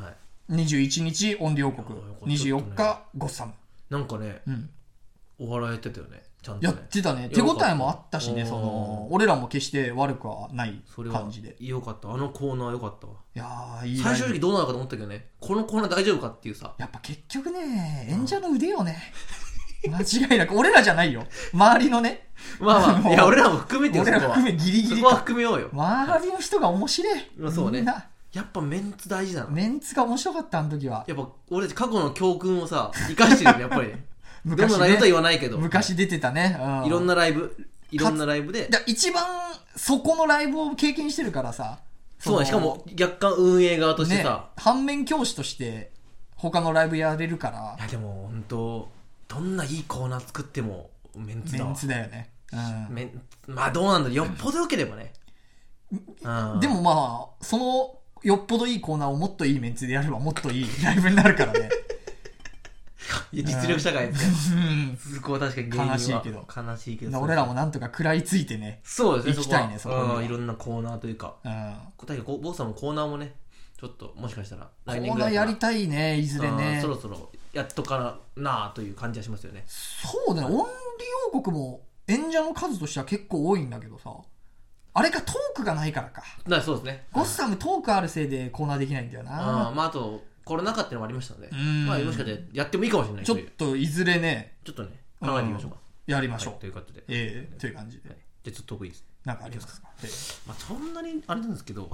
21日オンリー王国、24日ゴッサム。 なんかね、お笑いやってたよね。ちゃんとやってたね。手応えもあったしね、俺らも決して悪くはない感じで。 よかった。あのコーナーよかったわ。 いやーいい。 最初よりどうなるかと思ったけどね、このコーナー大丈夫かっていうさ。 やっぱ結局ね演者の腕よね。間違いなく俺らじゃないよ、周りのね。 まあいや俺らも含めてよ。 俺ら含めギリギリそこは含めようよ。 周りの人が面白い。 そうね。やっぱメンツ大事なの。 メンツが面白かった。あの時はやっぱ俺過去の教訓をさ生かしてるよやっぱりね。どのライブとは言わないけど昔出てたね、 いろんなライブで一番そこのライブを経験してるからさ。 そうね。しかも逆間運営側としてさ、 反面教師として他のライブやれるから。 いやでも本当どんないいコーナー作ってもメンツだわ。 メンツだよね。 まあどうなんだ、よっぽど良ければね。 でもまあそのよっぽどいいコーナーをもっといいメンツでやればもっといいライブになるからね。 いや実力社会ですね。そこは確かに悲しいけど俺らもなんとか食らいついてね。 そうですね。 行きたいね。そこいろんなコーナーというか、ボーさんもコーナーもねちょっともしかしたら来年ぐらいやりたいね、いずれね。 そろそろやっとかなという感じはしますよね。 そうだね、オンリー王国も演者の数としては結構多いんだけどさ、あれかトークがないからか。 そうですね。 ゴッサムトークあるせいでコーナーできないんだよな。 あとコロナ禍っていうのもありましたので、まあもしかしてやってもいいかもしれない。 ちょっといずれね、 ちょっとね考えてみましょうか。 やりましょう。 ということで、 という感じで。 じゃあちょっと得意です。 なんかありますか。 まあそんなにあれなんですけど、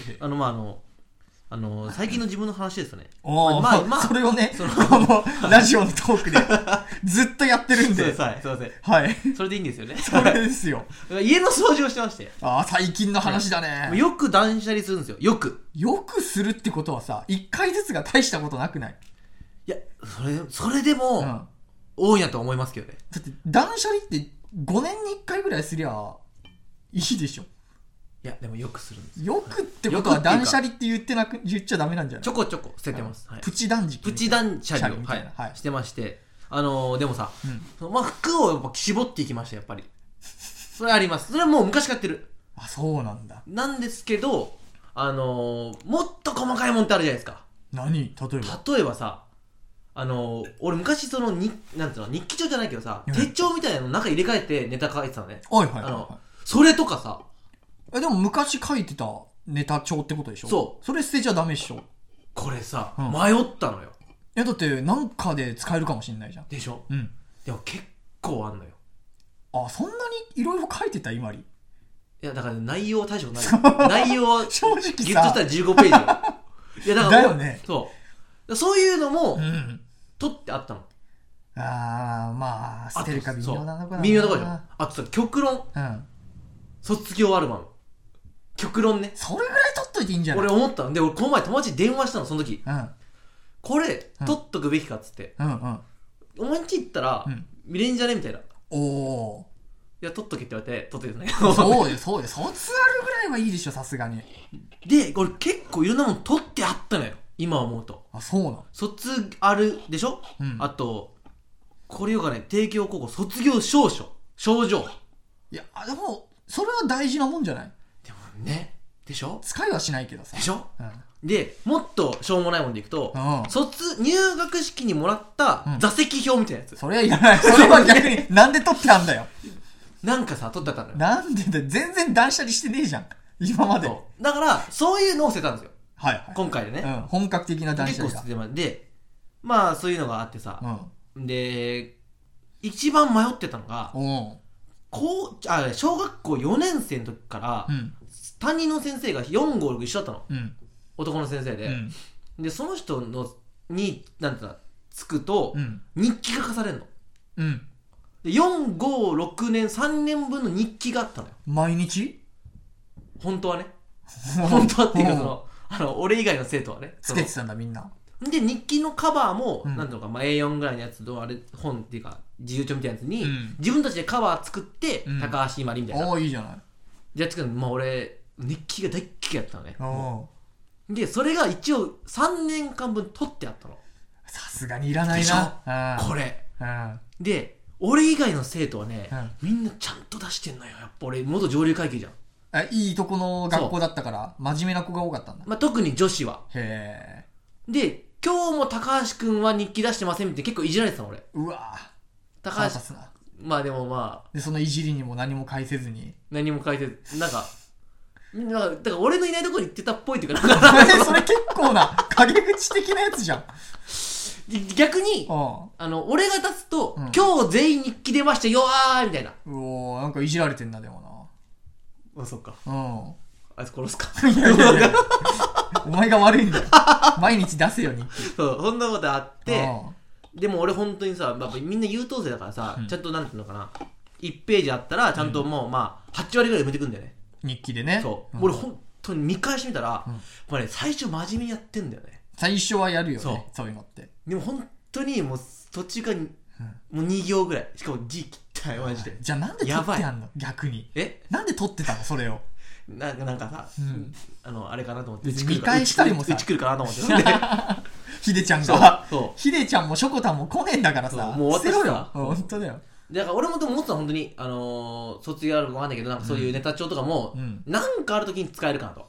最近の自分の話ですね。 それをね、このラジオのトークでずっとやってるんで。 すいません。 はい。 それでいいんですよね。 それですよ。 家の掃除をしてまして。 最近の話だね。 よく断捨離するんですよ。よくするってことはさ、1回ずつが大したことなくない？ いや、それでも、多いなと思いますけどね。 だって断捨離って5年に1回ぐらいすりゃいいでしょ。 いやでもよくするんですよくってことは断捨離って言っちゃダメなんじゃない？ ちょこちょこ捨ててます、 プチ断捨離をしてまして、でもさ、服をやっぱ絞っていきましたやっぱり。それあります。それはもう昔からやってる。 そうなんだ。 なんですけどもっと細かいもんってあるじゃないですか。 何？ 例えばさ、俺昔なんていうの、日記帳じゃないけどさ、手帳みたいなの中入れ替えてネタ書いてたのね。それとかさ、 でも昔書いてたネタ帳ってことでしょ？そう。それ捨てちゃダメっしょ？ これさ、迷ったのよ。 だってなんかで使えるかもしんないじゃん。 でしょ？でも結構あんのよ。 そんなにいろいろ書いてた今里？ いやだから内容は大したことない。内容は正直さ、 ギュッとしたら15ページよ。いやだからだよね。 そういうのも取ってあったの。 まあ捨てるか微妙なのかな。 微妙なところじゃん。あとさ、極論、卒業アルバム、極論ね。 それぐらい取っといていいんじゃない？ 俺思ったので、俺この前友達に電話したの、その時。これ取っとくべきかっつって、お前んち行ったら見れんじゃねみたいな。いや取っとけって言われて取ってるんだけど。 そうよ。卒アルぐらいはいいでしょ、さすがに。 で俺結構いろんなもん取ってあったのよ、今思うと。 そうなの？ 卒アルでしょ、あとこれよかね、帝京高校卒業証状。いやでもそれは大事なもんじゃない？ でもね、でしょ？ 使いはしないけどさ。 でしょ？でもっとしょうもないもんでいくと、入学式にもらった座席表みたいなやつ。 それはいらない。それは逆になんで取ってあんだよ。 なんかさ、取ってあったのよ。 なんでだ、全然断捨離してねえじゃん今まで。 だからそういうのを捨てたんですよ。今回でね、 本格的な断捨離が結構捨ててまで、まあそういうのがあってさ、で一番迷ってたのが、小学校4年生の時から、担任の先生が4、5、6一緒だったの、男の先生で、でその人になんていうのつくと、日記が課されるの、で4、5、6年3年分の日記があったのよ。 毎日？ 本当はね。本当はっていうか俺以外の生徒はねつけてたんだみんな。 で日記のカバーも、なんていうのか、A4 ぐらいのやつと本っていうか自由帳みたいなやつに、自分たちでカバー作って、高橋まりみたいな。 いいじゃない。 じゃあ作るの、俺日記が大っ嫌いだったのね。でそれが一応3年間分取ってあったの。 さすがにいらないなこれ。で俺以外の生徒はね、みんなちゃんと出してんのよ。やっぱ俺元上流階級じゃん。 いいとこの学校だったから真面目な子が多かったんだ。 特に女子は。で今日も高橋くんは日記出してませんって結構いじられてたの俺。高橋でもでそのいじりにも何も返せずに。 何も返せず、だから俺のいないところに行ってたっぽいっていうか、 それ結構な陰口的なやつじゃん。 逆に俺が出すと、今日全員日記出ましたよーみたいな。 なんかいじられてんな。でもな。そっか。あいつ殺すか。 いやお前が悪いんだよ。毎日出せよ日記。 そんなことあって、でも俺本当にさ、みんな優等生だからさ、ちゃんとなんていうのかな、1ページあったらちゃんともう8割ぐらい埋めてくんだよね、日記でね。俺本当に見返してみたら、最初真面目にやってんだよね。最初はやるよね、そういうのって。でも本当にもう途中からもう2行ぐらい、しかも字切ったよマジで。じゃあなんで取ってやんの逆に。なんで取ってたのそれを。なんかさ、あれかなと思って、見返したりもさ、うち来るかなと思ってヒデちゃんが、ヒデちゃんもショコタンも来ねえんだからさ、もう終わったよ。本当だよ。だから俺もでも思ってた、本当に卒業あるかわかんないけど、なんかそういうネタ帳とかもなんかある時に使えるかなと。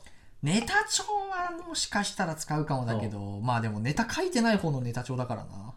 ネタ帳はもしかしたら使うかもだけど、まあでもネタ書いてない方のネタ帳だからな。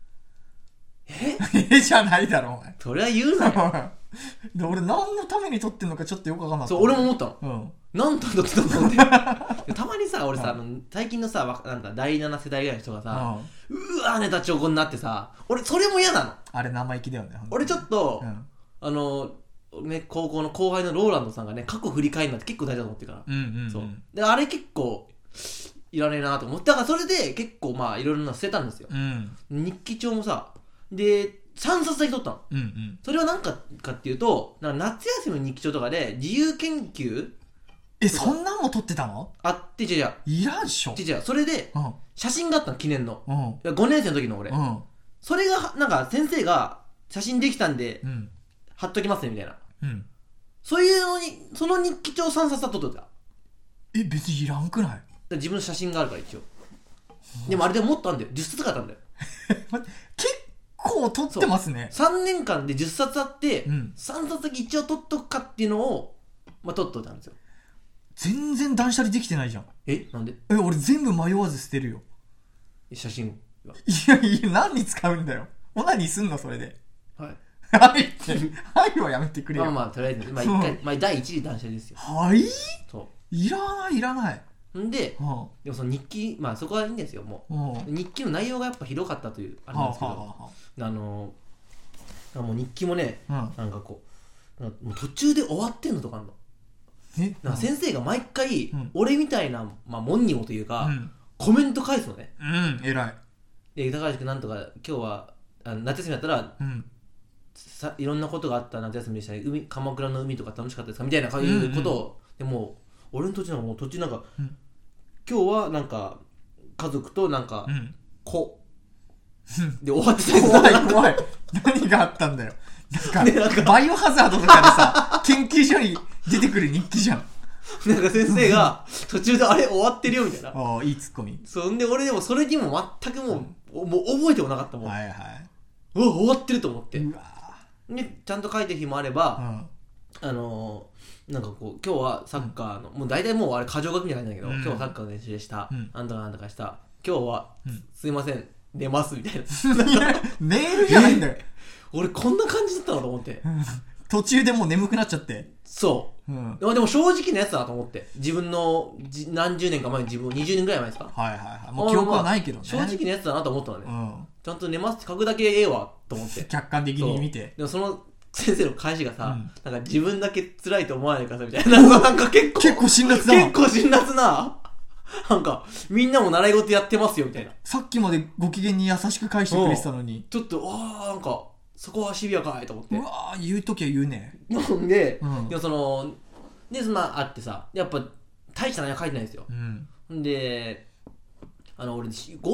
じゃないだろお前。 それは言うなよ。 で俺何のために撮ってんのかちょっとよくわかんなかった。 そう俺も思ったの。何のために撮ってんのって。たまにさ俺さ最近のさなんか第7世代ぐらいの人がさ、うわネタ帳になってさ、俺それも嫌なの。 あれ生意気だよね。 俺ちょっとね、高校の後輩のローランドさんがね過去振り返るのって結構大事だと思ってるから、そうであれ結構いらねえなと思って、だからそれで結構まあいろいろな捨てたんですよ、日記帳もさで3冊だけ取ったの、それは何かっていうとなんか夏休みの日記帳とかで自由研究そんなんも撮ってたのあっていらんっしょそれで写真があったの記念の、5年生の時の俺、それがなんか先生が写真できたんで、貼っときますねみたいな、そういうのにその日記帳3冊は撮っといた。 別にいらんくない？ 自分の写真があるから一応。でもあれでももっとあんだよ、10冊かあったんだよ。 結構撮ってますね。 3年間で10冊あって、3冊だけ一応撮っとくかっていうのをまあ撮っといたんですよ。 全然断捨離できてないじゃん。 なんで？ 俺全部迷わず捨てるよ。 写真は。 いや何に使うんだよ。何すんのそれで。 はいって。はいはやめてくれよ。 まあとりあえず、まあ一回、まあ第一次断捨離ですよ。そう。 いらない。 んで、でもその日記、まあそこはいいんですよ、もう。日記の内容がやっぱひどかったという、あれなんですけど、もう日記もね、なんかこう、もう途中で終わってんのとかあるの。なんか先生が毎回、俺みたいな、まあ、モンニモというか、コメント返すのね。 偉い。 で、高橋君なんとか、今日は、夏休みだったら、いろんなことがあった夏休みでしたね。鎌倉の海とか楽しかったですかみたいないうことを、でも、俺の途中なんか、今日はなんか、家族となんか、子。で、終わってた怖い。何があったんだよ。なんか、バイオハザードとかでさ、研究所に出てくる日記じゃん。 なんか先生が途中であれ終わってるよみたいな。 いいツッコミ。 そんで俺でもそれにも全くもう覚えてもなかったもん。終わってると思って。でちゃんと書いてる日もあれば、なんかこう今日はサッカーの、もう大体もうあれ箇条書きみたいなんだけど、今日はサッカーの練習でした、なんとかなんとかした、今日は、すいません寝ますみたいな。 メールじゃないんだよ。 俺こんな感じだったのと思って。 途中でもう眠くなっちゃって。 そう、でも正直なやつだと思って、自分の何十年か前に20年ぐらい前ですか。 もう記憶はないけどね。 正直なやつだなと思ったのね、ちゃんと寝ますって書くだけええわと思って。 客観的に見て。 でもその先生の返しがさ、なんか自分だけ辛いと思わないでくださいみたいな、なんか結構辛辣だ。 結構辛辣な、なんかみんなも習い事やってますよみたいな。 さっきまでご機嫌に優しく返してくれてたのに、 ちょっとなんかそこはシビアかいと思って。 言うときは言うね。 なんで、でもそんなあってさ、やっぱ大した内容書いてないんですよ。で俺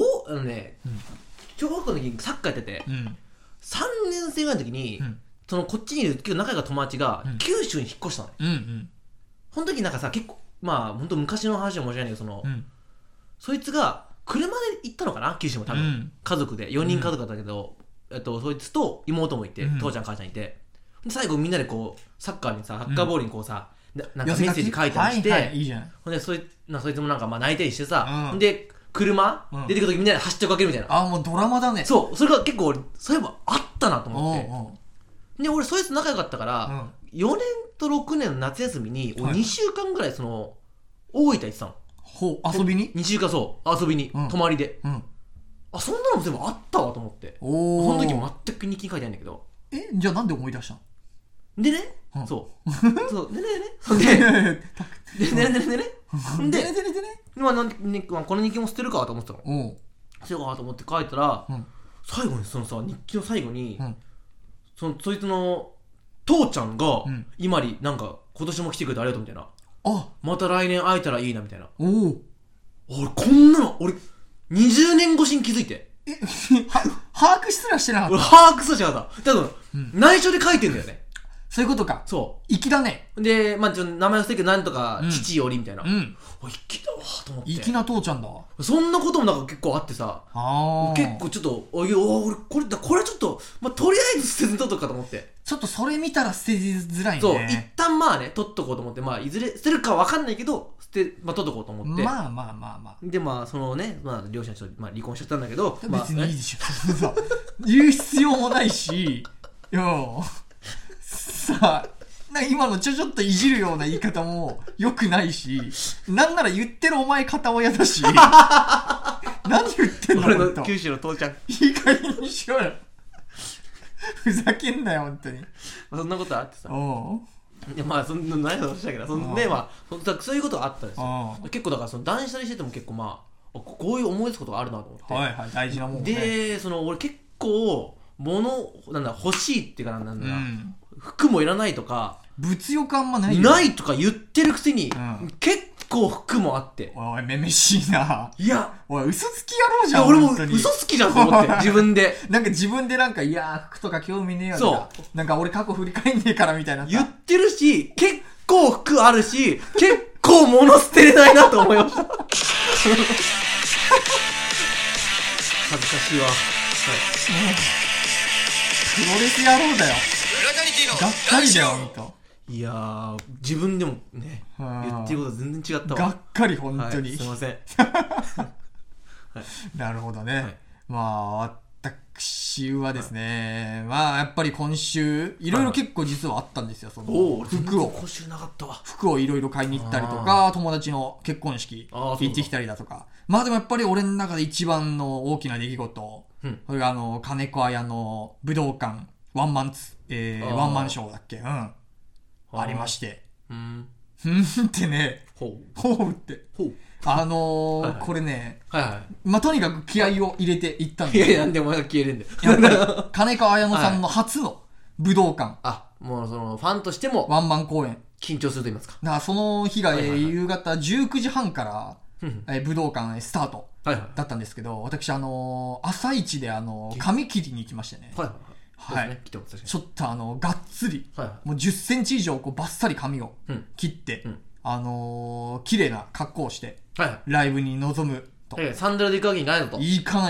小学校の時にサッカーやってて、3年生ぐらいの時に、そのこっちにいる仲良い友達が九州に引っ越したのね。その時なんかさ、結構まあ本当昔の話は申し訳ないけど、そいつが車で行ったのかな、九州も多分、家族で4人家族だったけど、そいつと妹もいて、父ちゃん母ちゃんいて、で最後みんなでこうサッカーにさ、サッカーボールにこうさ、なんかメッセージ書いたりして、ほんでそいつもなんかまあ泣いたりしてさ、で車出てくる時みんなで走ってかけるみたいな。 もうドラマだね。 そう、それが結構そういえばあったなと思って。で俺そいつ仲良かったから、4年と6年の夏休みに2週間ぐらいその大分行ってたの。 遊びに？ 2週間そう遊びに、泊まりで。そんなのも全部あったわと思って。その時全く日記に書いてないんだけど。 じゃあなんで思い出したの？ でね、そうでまあこの日記も捨てるかと思ってたの。捨てるかと思って書いたら、最後にそのさ、日記の最後に、そいつの父ちゃんが今になんか今年も来てくれてありがとうみたいな、また来年会えたらいいなみたいな。俺こんなの俺20年越しに気づいて、 把握すらしてなかった。 俺把握すらしてなかった。多分内緒で書いてんだよね。 そういうことか。粋だね。 で、まあ名前忘れるけどなんとか父よりみたいな。粋だわと思っって。 粋な父ちゃんだ。 そんなこともなんか結構あってさ、結構ちょっと俺これちょっと、とりあえず捨てずに取っとくかと思って。 ちょっとそれ見たら捨てづらいね。 そう、一旦まあね取っとこうと思って、いずれ捨てるかわかんないけど取っとこうと思って。 まあでそのね、両親と離婚しちゃったんだけど、 別にいいでしょ。言う必要もないし、さあ。今のちょっといじるような言い方も良くないし、なんなら言ってるお前片親だし、何言ってんの。 俺の九州の父ちゃん。 いい加減にしろよ。ふざけんなよ本当に。 そんなことあってさ。いやそんな何だとしたけど、そういうことがあったんですよ。結構だから断捨離してても結構こういう思い出すことがあるなと思って。 はいはい、大事なもんね。 で俺結構欲しいっていうか服もいらないとか物欲あんまないないとか言ってるくせに、結構服もあって。 おいめめしいな。 いやおい嘘つき野郎じゃん。 俺も嘘つきじゃんと思って自分で自分でいや服とか興味ねえよとか、俺過去振り返んねえからみたいな言ってるし、結構服あるし、結構物捨てれないなと思いました恥ずかしいわ。 プロレス野郎だよ。がっかりだよほんと。 いやー、自分でもね言ってること全然違ったわ。 がっかり本当に、 すいませんなるほどね。私はですね、やっぱり今週いろいろ結構実はあったんですよ。その服を今週なかったわ。 服をいろいろ買いに行ったりとか、友達の結婚式行ってきたりだとか。でもやっぱり俺の中で一番の大きな出来事、それが金子綾の武道館ワンマンショーだっけ、ありまして、ってね、ほうって、これね、とにかく気合を入れていったんですよ。 いやなんでお前が消えるんだよ。 やっぱり金子綾乃さんの初の武道館、 もうそのファンとしてもワンマン公演緊張すると言いますか。 その日が夕方19時半から武道館スタートだったんですけど、私朝一で髪切りに行きましてね。ちょっとがっつり、もう10センチ以上バッサリ髪を切って、綺麗な格好をして、ライブに臨むと。 サンダルで行くわけにいかないのと。 いかない。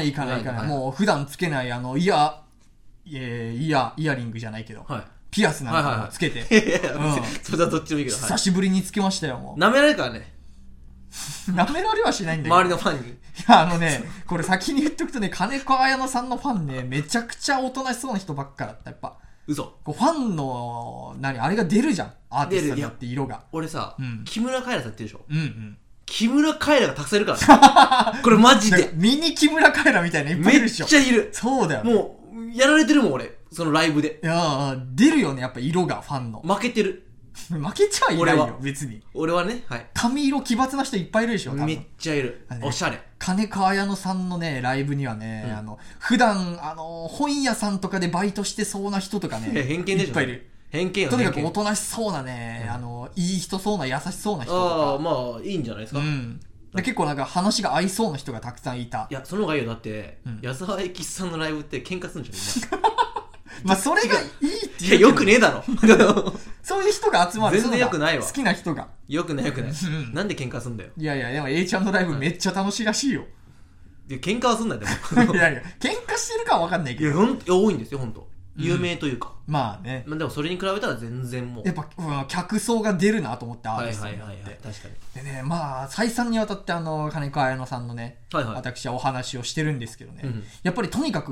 もう普段つけないイヤリングじゃないけど、ピアスなんかをつけて、 それはどっちもいいけど、 久しぶりにつけましたよ。もう舐められるからね。 舐められはしないんだけど、 周りのファンに。 いやこれ先に言っとくとね、金子綾乃さんのファンね、めちゃくちゃおとなしそうな人ばっかだった。やっぱ嘘。 ファンのあれが出るじゃん、アーティストによって色が。 俺さ、木村カエラさんって言うでしょ。木村カエラがたくさんいるからねこれマジでミニ木村カエラみたいないっぱいいるでしょ。 めっちゃいる。 そうだよ、 もうやられてるもん俺、そのライブで。 いや出るよね、やっぱ色がファンの。 負けてる。 負けちゃいないよ別に。 俺はね、 髪色奇抜な人いっぱいいるでしょ。 めっちゃいる、おしゃれ。 金子綾乃さんのねライブにはね、普段本屋さんとかでバイトしてそうな人とかね、 偏見でしょ、 いっぱいいる。 偏見よ。 とにかくおとなしそうなね、いい人そうな優しそうな人とか。 いいんじゃないですか。 結構話が合いそうな人がたくさんいた。 いやその方がいいよ。だって矢沢永吉さんのライブって喧嘩するんじゃんそれがいいっていう。 いやよくねえだろそういう人が集まる。 全然よくないわ。 好きな人がよくないなんで喧嘩すんだよ。 いやでも A ちゃんのライブめっちゃ楽しいらしいよ。 喧嘩はすんなよでもいや喧嘩してるかは分かんないけど、 多いんですよ本当。有名というか、 ね。 でもそれに比べたら全然もうやっぱ客層が出るなと思って、アーティストに確かに。 でね、再三にわたって金子綾乃さんのね、私はお話をしてるんですけどね、やっぱりとにかく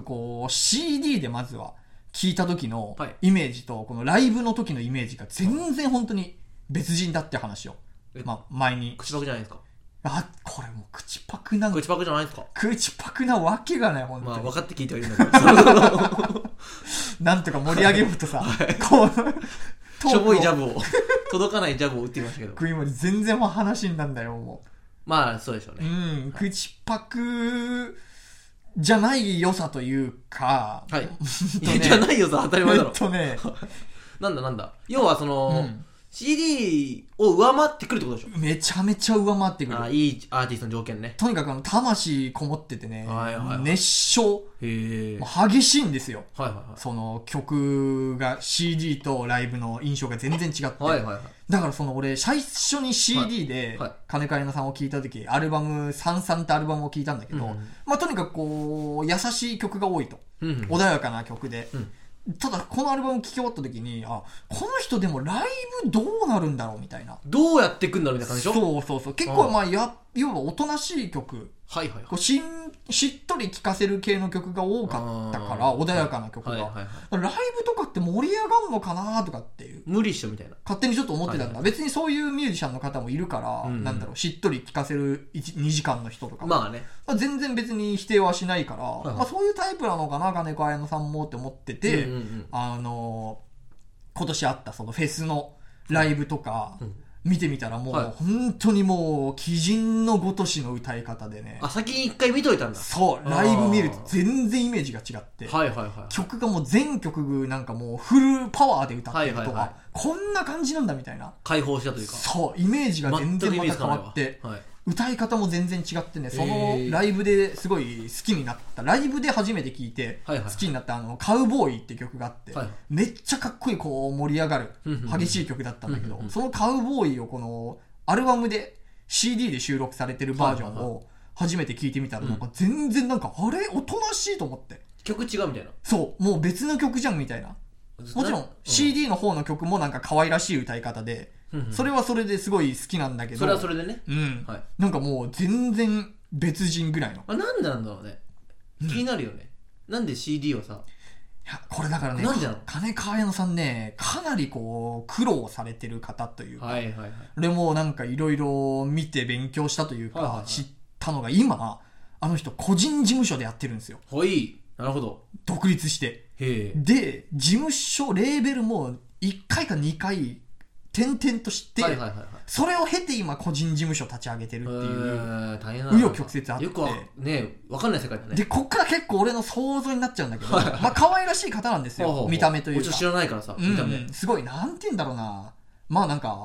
CD でまずは聞いた時のイメージとこのライブの時のイメージが全然本当に別人だって話を前に。 口パクじゃないですか。 これもう口パクなん口パクじゃないですか。 口パクなわけがない本当に。 分かって聞いてはいるんだけどなんとか盛り上げようとさ、 しょぼいジャブを届かないジャブを打ってみましたけど、 今全然もう話になんだよもう。そうでしょうね。 口パクじゃない良さというか、 じゃない良さ当たり前だろ。 なんだ要はその、 CD を上回ってくるってことでしょ。 めちゃめちゃ上回ってくる。 いいアーティストの条件ね。 とにかく魂こもっててね、 はいはいはい、 熱唱激しいんですよ、 はいはいはい、 その曲が CD とライブの印象が全然違って、 はいはいはい、 だからその俺最初に CD で金子綾乃さんを聴いた時、アルバムサンサンってアルバムを聴いたんだけど、まあとにかくこう優しい曲が多いと、穏やかな曲で、ただこのアルバム聴き終わった時に、この人でもライブどうなるんだろうみたいな、 どうやってくんだろうみたいな感じでしょ。そう結構まあ要はおとなしい曲、はいはいはい、こうしっとり聴かせる系の曲が多かったから、穏やかな曲が、はいはいはい、ライブとかって盛り上がるのかなとかっていう、 無理っしょみたいな勝手にちょっと思ってたんだ、はいはいはい、別にそういうミュージシャンの方もいるから、なんだろう、しっとり聴かせる2時間の人とかも、 まあね、 全然別に否定はしないから、はいはい、まあ、そういうタイプなのかな金子綾乃さんもって思ってて、今年あったそのフェスのライブとか、見てみたらもう、はい、本当にもう鬼人のごとしの歌い方でね。 先に一回見といたんだ。 そう、ライブ見ると全然イメージが違って、 はいはいはい、 曲がもう全曲なんかもうフルパワーで歌ってるとか、はいはいはい、こんな感じなんだみたいな、 解放したというか、 そうイメージが全然また変わって、はい、歌い方も全然違ってね、そのライブですごい好きになった、ライブで初めて聴いて好きになったカウボーイって曲があって、はい、めっちゃかっこいいこう盛り上がる激しい曲だったんだけど、そのカウボーイをこのアルバムで CD で収録されてるバージョンを初めて聴いてみたら、なんか全然なんかあれおとなしいと思って、 曲違うみたいな、 そうもう別の曲じゃんみたいな、もちろん CD の方の曲もなんか可愛らしい歌い方で、それはそれですごい好きなんだけど、 それはそれでね、 はい、なんかもう全然別人ぐらいの、 なんでなんだろうね、気になるよね、なんで CD をさ、いやこれだからね、金子綾乃さんね、かなりこう苦労されてる方というか、はいはいはい、俺もなんかいろいろ見て勉強したというか、はいはいはい、知ったのが今あの人個人事務所でやってるんですよ。 はい、なるほど、 独立して、で事務所レーベルも1回か2回転々として、はいはいはいはい、それを経て今個人事務所立ち上げてるっていう紆余曲折あって、よくね分かんない世界だね。 でこっから結構俺の想像になっちゃうんだけど、まあ可愛らしい方なんですよ見た目というか、 知らないからさ、見た目すごいなんて言うんだろうな、まあなんか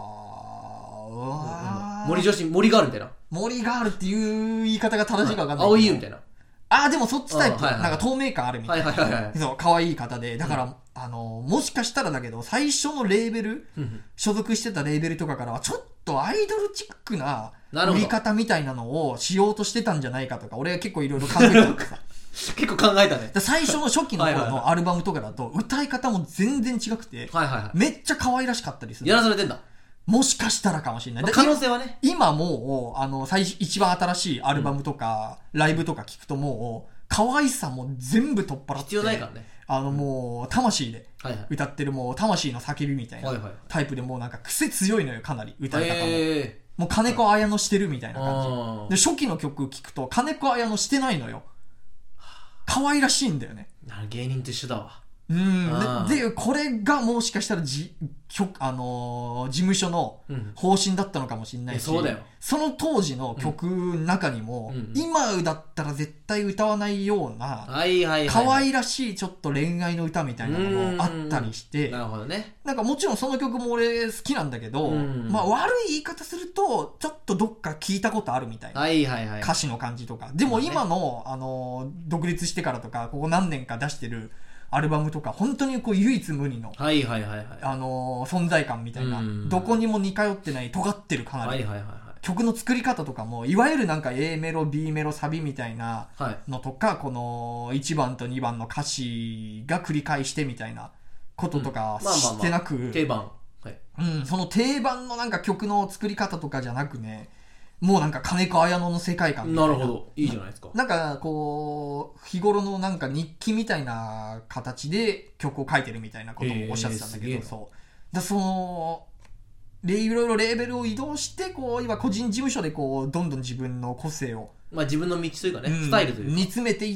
森女子、森ガールみたいな、 森ガールっていう言い方が正しいか分かんないけど、 青い湯みたいな、 でもそっちタイプ、なんか透明感あるみたいな、そう可愛い方で、だから、もしかしたらだけど最初のレーベル、所属してたレーベルとかからはちょっとアイドルチックな売り方みたいなのをしようとしてたんじゃないかとか、俺は結構いろいろ考えてたさ結構考えたね。 最初の初期の頃のアルバムとかだと歌い方も全然違くて、めっちゃ可愛らしかったりする。 やらされてんだ。 もしかしたらかもしれない。 可能性はね。 今もう一番新しいアルバムとか、ライブとか聞くともう可愛さも全部取っ払って、 必要ないからね。 もう魂で歌ってる、もう魂の叫びみたいなタイプで、もうなんか癖強いのよ、かなり歌い方も。もう金子綾乃してるみたいな感じで、初期の曲聞くと金子綾乃してないのよ。可愛らしいんだよね。 芸人と一緒だわ。 でこれがもしかしたら事務所の方針だったのかもしれないし、 そうだよ。 その当時の曲の中にも、今だったら絶対歌わないような可愛らしいちょっと恋愛の歌みたいなのもあったりして、 なるほどね。 なんかもちろんその曲も俺好きなんだけど、まあ悪い言い方するとちょっとどっか聞いたことあるみたいな、歌詞の感じとか。でも今の独立してからとかここ何年か出してるアルバムとか本当にこう唯一無二の存在感みたいな、どこにも似通ってない尖ってるかなり、曲の作り方とかもいわゆるなんか A メロ B メロサビみたいなのとか、この1番と2番の歌詞が繰り返してみたいなこととかしてなく、 定番、 その定番のなんか曲の作り方とかじゃなくね、もうなんか金子綾乃の世界観みたいな。 なるほど、いいじゃないですか。 なんかこう日頃のなんか日記みたいな形で曲を書いてるみたいなことをおっしゃってたんだけど、そうだ、そのいろいろレーベルを移動してこう今個人事務所でこうどんどん自分の個性を、 自分の道というかね、スタイルというか煮詰めていって、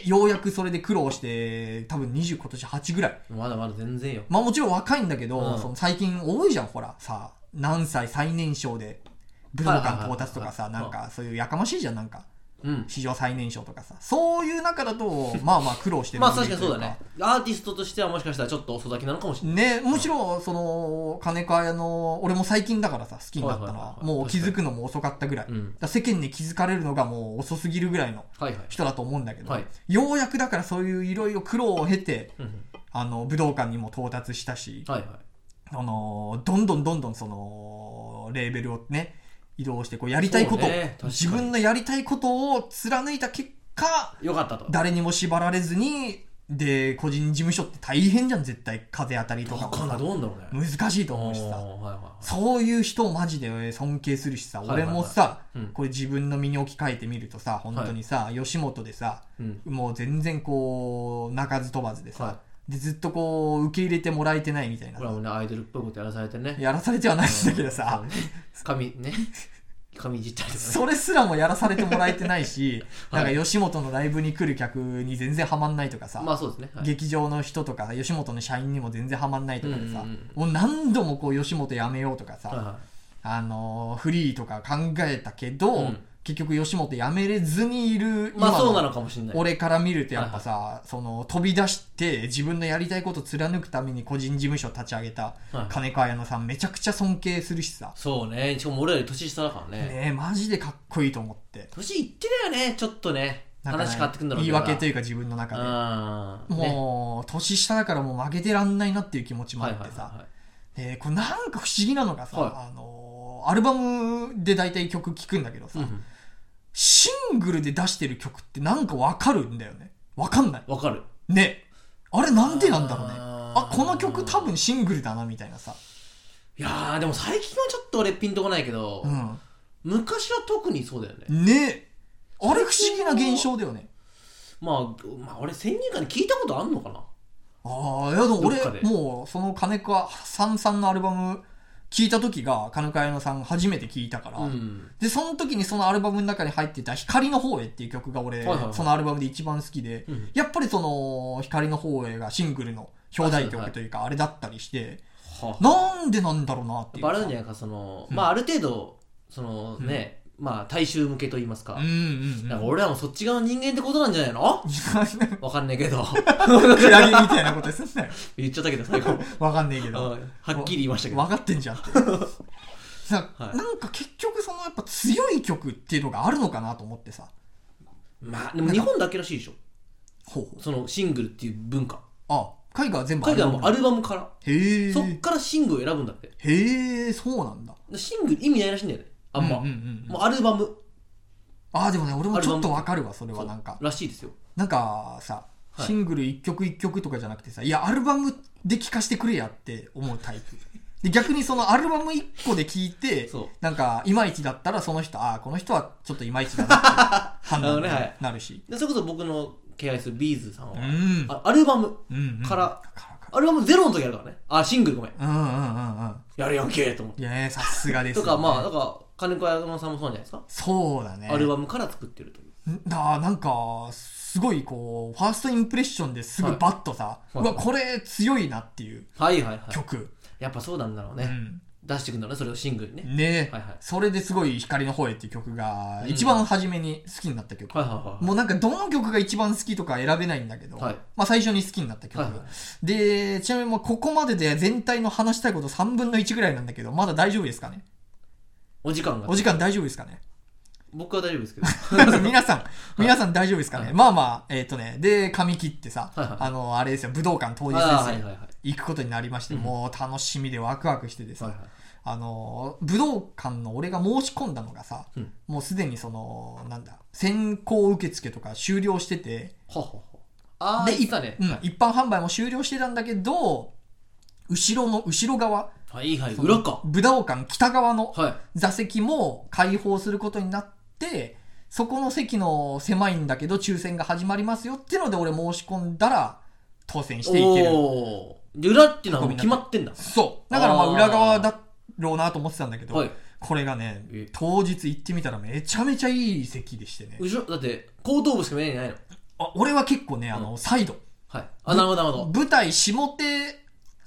ようやくそれで苦労して多分今年8ぐらい、 まだまだ全然よ。 もちろん若いんだけど、その最近多いじゃん、ほらさ、何歳最年少で武道館到達とかさ、なんかそういうやかましいじゃん、なんか史上最年少とかさ、そういう中だとまあまあ苦労してるまあ確かにそうだね。アーティストとしてはもしかしたらちょっと遅咲きなのかもしれないね。むしろその金子綾の俺も最近だからさ好きになったのはもう気づくのも遅かったぐらい、だ世間に気づかれるのがもう遅すぎるぐらいの人だと思うんだけど、ようやくだからそういういろいろ苦労を経て、武道館にも到達したし、どんどんそのレーベルをね移動してこうやりたいこと、自分のやりたいことを貫いた結果よかったと、 誰にも縛られずにで個人事務所って大変じゃん絶対風当たりとかもさ難しいと思うしさ、そういう人をマジで尊敬するしさ、俺もさ、これ自分の身に置き換えてみるとさ本当にさ、吉本でさ、もう全然こう鳴かず飛ばずでさ、でずっとこう受け入れてもらえてないみたいな、 これはもうねアイドルっぽいことやらされてね、 やらされてはないんだけどさ、 髪いじったりとか、ね、 それすらもやらされてもらえてないし、なんか吉本のライブに来る客に全然ハマんないとかさ、 まあそうですね、 劇場の人とか吉本の社員にも全然ハマんないとかでさ、もう何度もこう吉本やめようとかさ、フリーとか考えたけど、結局吉本辞めれずにいる今の俺から見るとやっぱさ、その飛び出して自分のやりたいことを貫くために個人事務所を立ち上げた金子綾乃さんめちゃくちゃ尊敬するしさ、 そうね、しかも俺より年下だからね、 マジでかっこいいと思って、 年いってるよね、ちょっとね話変わってくるんだろうけど、言い訳というか自分の中でもう年下だからもう負けてらんないなっていう気持ちもあってさ、これなんか不思議なのがさ、アルバムで大体曲聴くんだけどさ、シングルで出してる曲ってなんかわかるんだよね。わかんない。 わかる。 ね。あれなんでなんだろうね。この曲多分シングルだなみたいなさ。 いやーでも最近はちょっと俺ピンとこないけど、昔は特にそうだよね。 ね。あれ不思議な現象だよね。 まあ俺先入観で聞いたことあんのかな。 いやでも俺もうその金子さんのアルバム聞いた時が金子綾乃さん初めて聞いたから、でその時にそのアルバムの中に入ってた光の方へっていう曲が俺、そのアルバムで一番好きで、やっぱりその光の方へがシングルの表題曲というかあれだったりして、なんでなんだろうなっていう。 あるんじゃないか、そのまあある程度そのね、まあ大衆向けと言いますか、なんか俺らもそっち側の人間ってことなんじゃないの？わかんないけどクラゲみたいなことすんなよ。 言っちゃったけど最後わかんないけどはっきり言いましたけど分かってんじゃんってなんか結局そのやっぱ強い曲っていうのがあるのかなと思ってさ、 まあでも日本だけらしいでしょ、そのシングルっていう文化。 海外は全部海外はもうアルバムから、そっからシングルを選ぶんだって。 へえ、そうなんだ。 シングル意味ないらしいんだよね、あんま。もうアルバム。 でもね俺もちょっとわかるわ、それは。なんからしいですよ。 なんかさ、シングル一曲一曲とかじゃなくてさ、いやアルバムで聴かせてくれやって思うタイプで、逆にそのアルバム一個で聴いてなんかいまいちだったらその人この人はちょっといまいちだなって判断になるし、 でそれこそ僕の敬愛するビーズさんは、アルバムから、アルバムゼロの時あるからね。シングルごめん。やるやんけと思って。 いやさすがです、ね。 とかまあなんか金子綾乃さんもそうじゃないですか。 そうだね。 アルバムから作ってるという。 なんかすごいこうファーストインプレッションですぐバッとさ、うわこれ強いなっていう曲。 やっぱそうなんだろうね。出してくんだろうね、それをシングルにね。それですごい光の方へっていう曲が一番初めに好きになった曲。もうなんかどの曲が一番好きとか選べないんだけど、まあ最初に好きになった曲。で、ちなみにもうここまでで全体の話したいこと3分の1ぐらいなんだけど、まだ大丈夫ですかね？ お時間大丈夫ですかね？ 僕は大丈夫ですけど皆さん大丈夫ですかね？まあまあで髪切ってさ、あれですよ、武道館当日ですよ、行くことになりまして、もう楽しみでワクワクしててさ、武道館の俺が申し込んだのがさ、もうすでにそのなんだ先行受付とか終了してて、で一般販売も終了してたんだけど、後ろ側、 裏か武道館北側の座席も開放することになって、そこの席の狭いんだけど抽選が始まりますよっていうので俺申し込んだら当選していける。 裏っていうのはもう決まってんだ。 そうだからまあ裏側だろうなと思ってたんだけど、これがね当日行ってみたらめちゃめちゃいい席でしてね。 後ろだって後頭部しか見えないの？ 俺は結構ねサイド、 なるほど舞台下手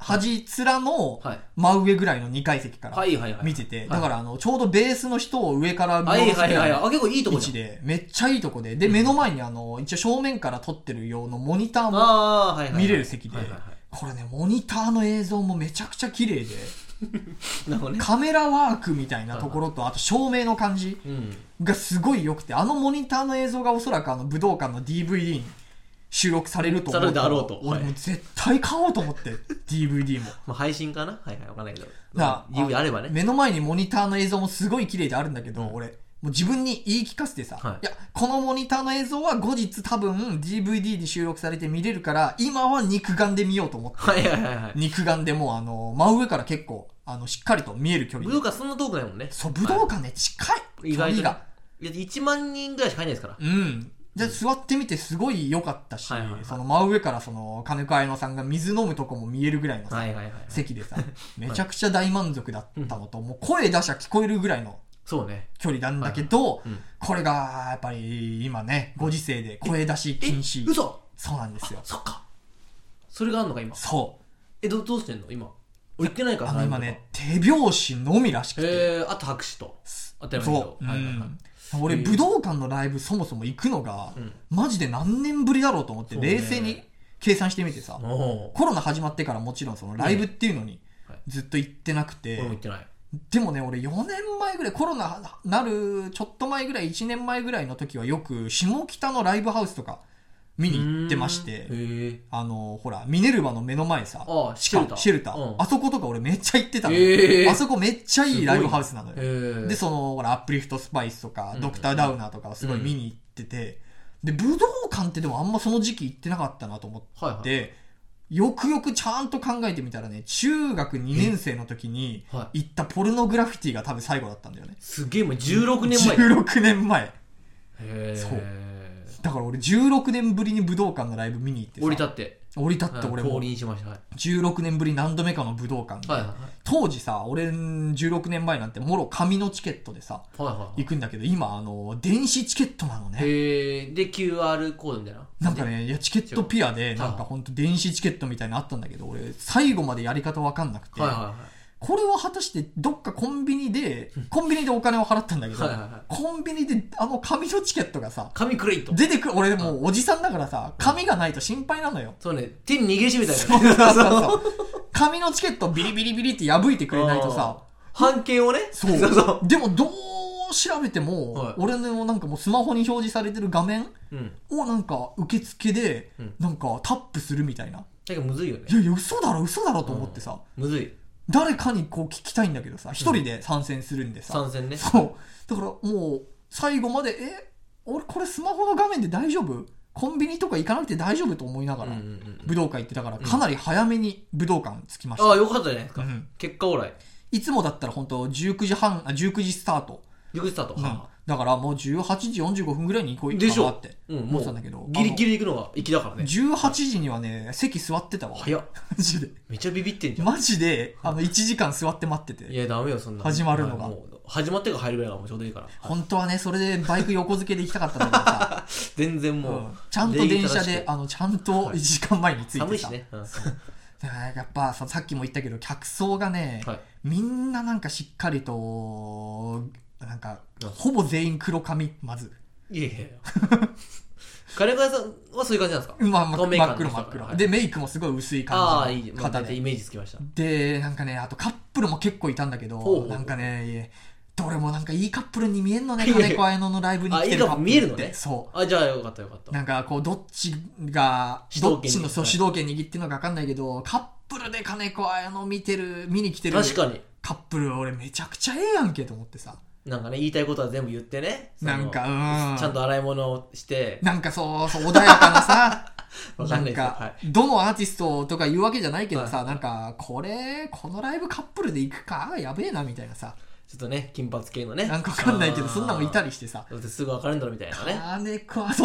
端面の真上ぐらいの2階席から見てて、だからちょうどベースの人を上から見下ろすぐらいの位置で、めっちゃいいとこで、で、目の前に一応正面から撮ってる用のモニターも見れる席で、これね、モニターの映像もめちゃくちゃ綺麗で、カメラワークみたいなところと、あと照明の感じがすごい良くて、モニターの映像がおそらく武道館の DVD に収録されると思うから、俺もう絶対買おうと思って、DVD も。 まあ配信かな、はいはい、わかんないけど。DVD あればね。 目の前にモニターの映像もすごい綺麗であるんだけど、俺、もう自分に言い聞かせてさ、いや、このモニターの映像は後日多分 DVD に収録されて見れるから、今は肉眼で見ようと思って。肉眼でもう真上から結構、しっかりと見える距離。 武道館そんな遠くないもんね。 そう、武道館ね、近い。 意外と。いや、1万人ぐらいしか入んないですから。 うん。じゃ座ってみてすごい良かったし、その真上から金子彩乃さんが水飲むとこも見えるぐらいの席でさ、めちゃくちゃ大満足だったのと、もう声出しゃ聞こえるぐらいの距離なんだけど、これがやっぱり今ね、ご時世で声出し禁止。 嘘？ そうなんですよ。 そっか。それがあんのか今。 そう。 どうしてんの今。言ってないから今ね、手拍子のみらしくて。 あと拍手と。当たり前だけど。 俺武道館のライブそもそも行くのが、マジで何年ぶりだろうと思って冷静に計算してみてさ、コロナ始まってからもちろんそのライブっていうのにずっと行ってなくて、 俺も行ってない。 でもね、俺4年前ぐらい、コロナなるちょっと前ぐらい、1年前ぐらいの時はよく下北のライブハウスとか見に行ってまして、ほらミネルヴァの目の前さ、シェルター、あそことか俺めっちゃ行ってたの。あそこめっちゃいいライブハウスなのよ。でほらアップリフトスパイスとか、ドクターダウナーとかをすごい見に行ってて、で武道館ってでもあんまその時期行ってなかったなと思って、よくよくちゃんと考えてみたらね、中学2年生の時に行ったポルノグラフィティが多分最後だったんだよね。 すげえ、もう16年前。 16年前。そう。だから俺16年ぶりに武道館のライブ見に行ってさ、降り立って俺も降臨しました。 16年ぶり何度目かの武道館で、当時さ、俺16年前なんてもろ紙のチケットでさ、行くんだけど、今電子チケットなのね。 で QR コードみたいな、 なんかね、いやチケットピアでなんかほんと電子チケットみたいなのあったんだけど、俺最後までやり方わかんなくて、これは果たしてどっかコンビニでお金を払ったんだけど、コンビニで紙のチケットがさ、 紙くれいと出てくる。俺もうおじさんだからさ、紙がないと心配なのよ。 そうね、手に逃げしめたいな。 そう紙のチケットビリビリビリって破いてくれないとさ、 半券をね。 そうでもどう調べても、俺のなんかもうスマホに表示されてる画面をなんか受付でなんかタップするみたいな。 むずいよね。 いや嘘だろと思ってさ、 むずい。 誰かにこう聞きたいんだけどさ、一人で参戦するんでさ、 参戦ね。 そうだからもう最後まで俺これスマホの画面で大丈夫、コンビニとか行かなくて大丈夫と思いながら武道館行ってたから、かなり早めに武道館着きました。 ああ、よかったじゃないですか。結果オーライ。 いつもだったら本当19時スタート。 19時スタート。 だからもう18時45分ぐらいに行こうかなって思ってたんだけど、 ギリギリ行くのが行きだからね。 18時にはね、席座ってたわ。 早っ。 マジで。 めっちゃビビってんじゃん。 マジで1時間座って待ってて。 いやダメよそんな。 始まるのが。 始まってから入るぐらいがもうちょうどいいから。 本当はね、それでバイク横付けで行きたかったんだけどさ。 全然もう、 ちゃんと電車でちゃんと1時間前に着いてさ。 寒いしね。 やっぱさっきも言ったけど、客層がね、みんななんかしっかりとなんかほぼ全員黒髪。まずいや金子屋さんはそういう感じなんですか？ 真っ黒で、メイクもすごい薄い感じの方で、 イメージつきました。 でなんかね、あとカップルも結構いたんだけど、なんかね、どれもなんかいいカップルに見えんのね、金子綾乃のライブに来てるカップルって。 見えるのね。 そう。 あ、じゃあよかったよかった。 なんかこうどっちの主導権握ってるのか分かんないけど、カップルで金子綾乃見に来てる確かにカップル、俺めちゃくちゃええやんけと思ってさ。 なんかね、言いたいことは全部言ってね、 なんかちゃんと洗い物をしてなんかそう穏やかなさわかんないですよ。 なんかどのアーティストとか言うわけじゃないけどさ、なんかこのライブカップルで行くかやべえなみたいなさ、 ちょっとね、金髪系のね、 なんかわかんないけど、そんなもいたりしてさ、 だってすぐ別れんだろみたいなね。 金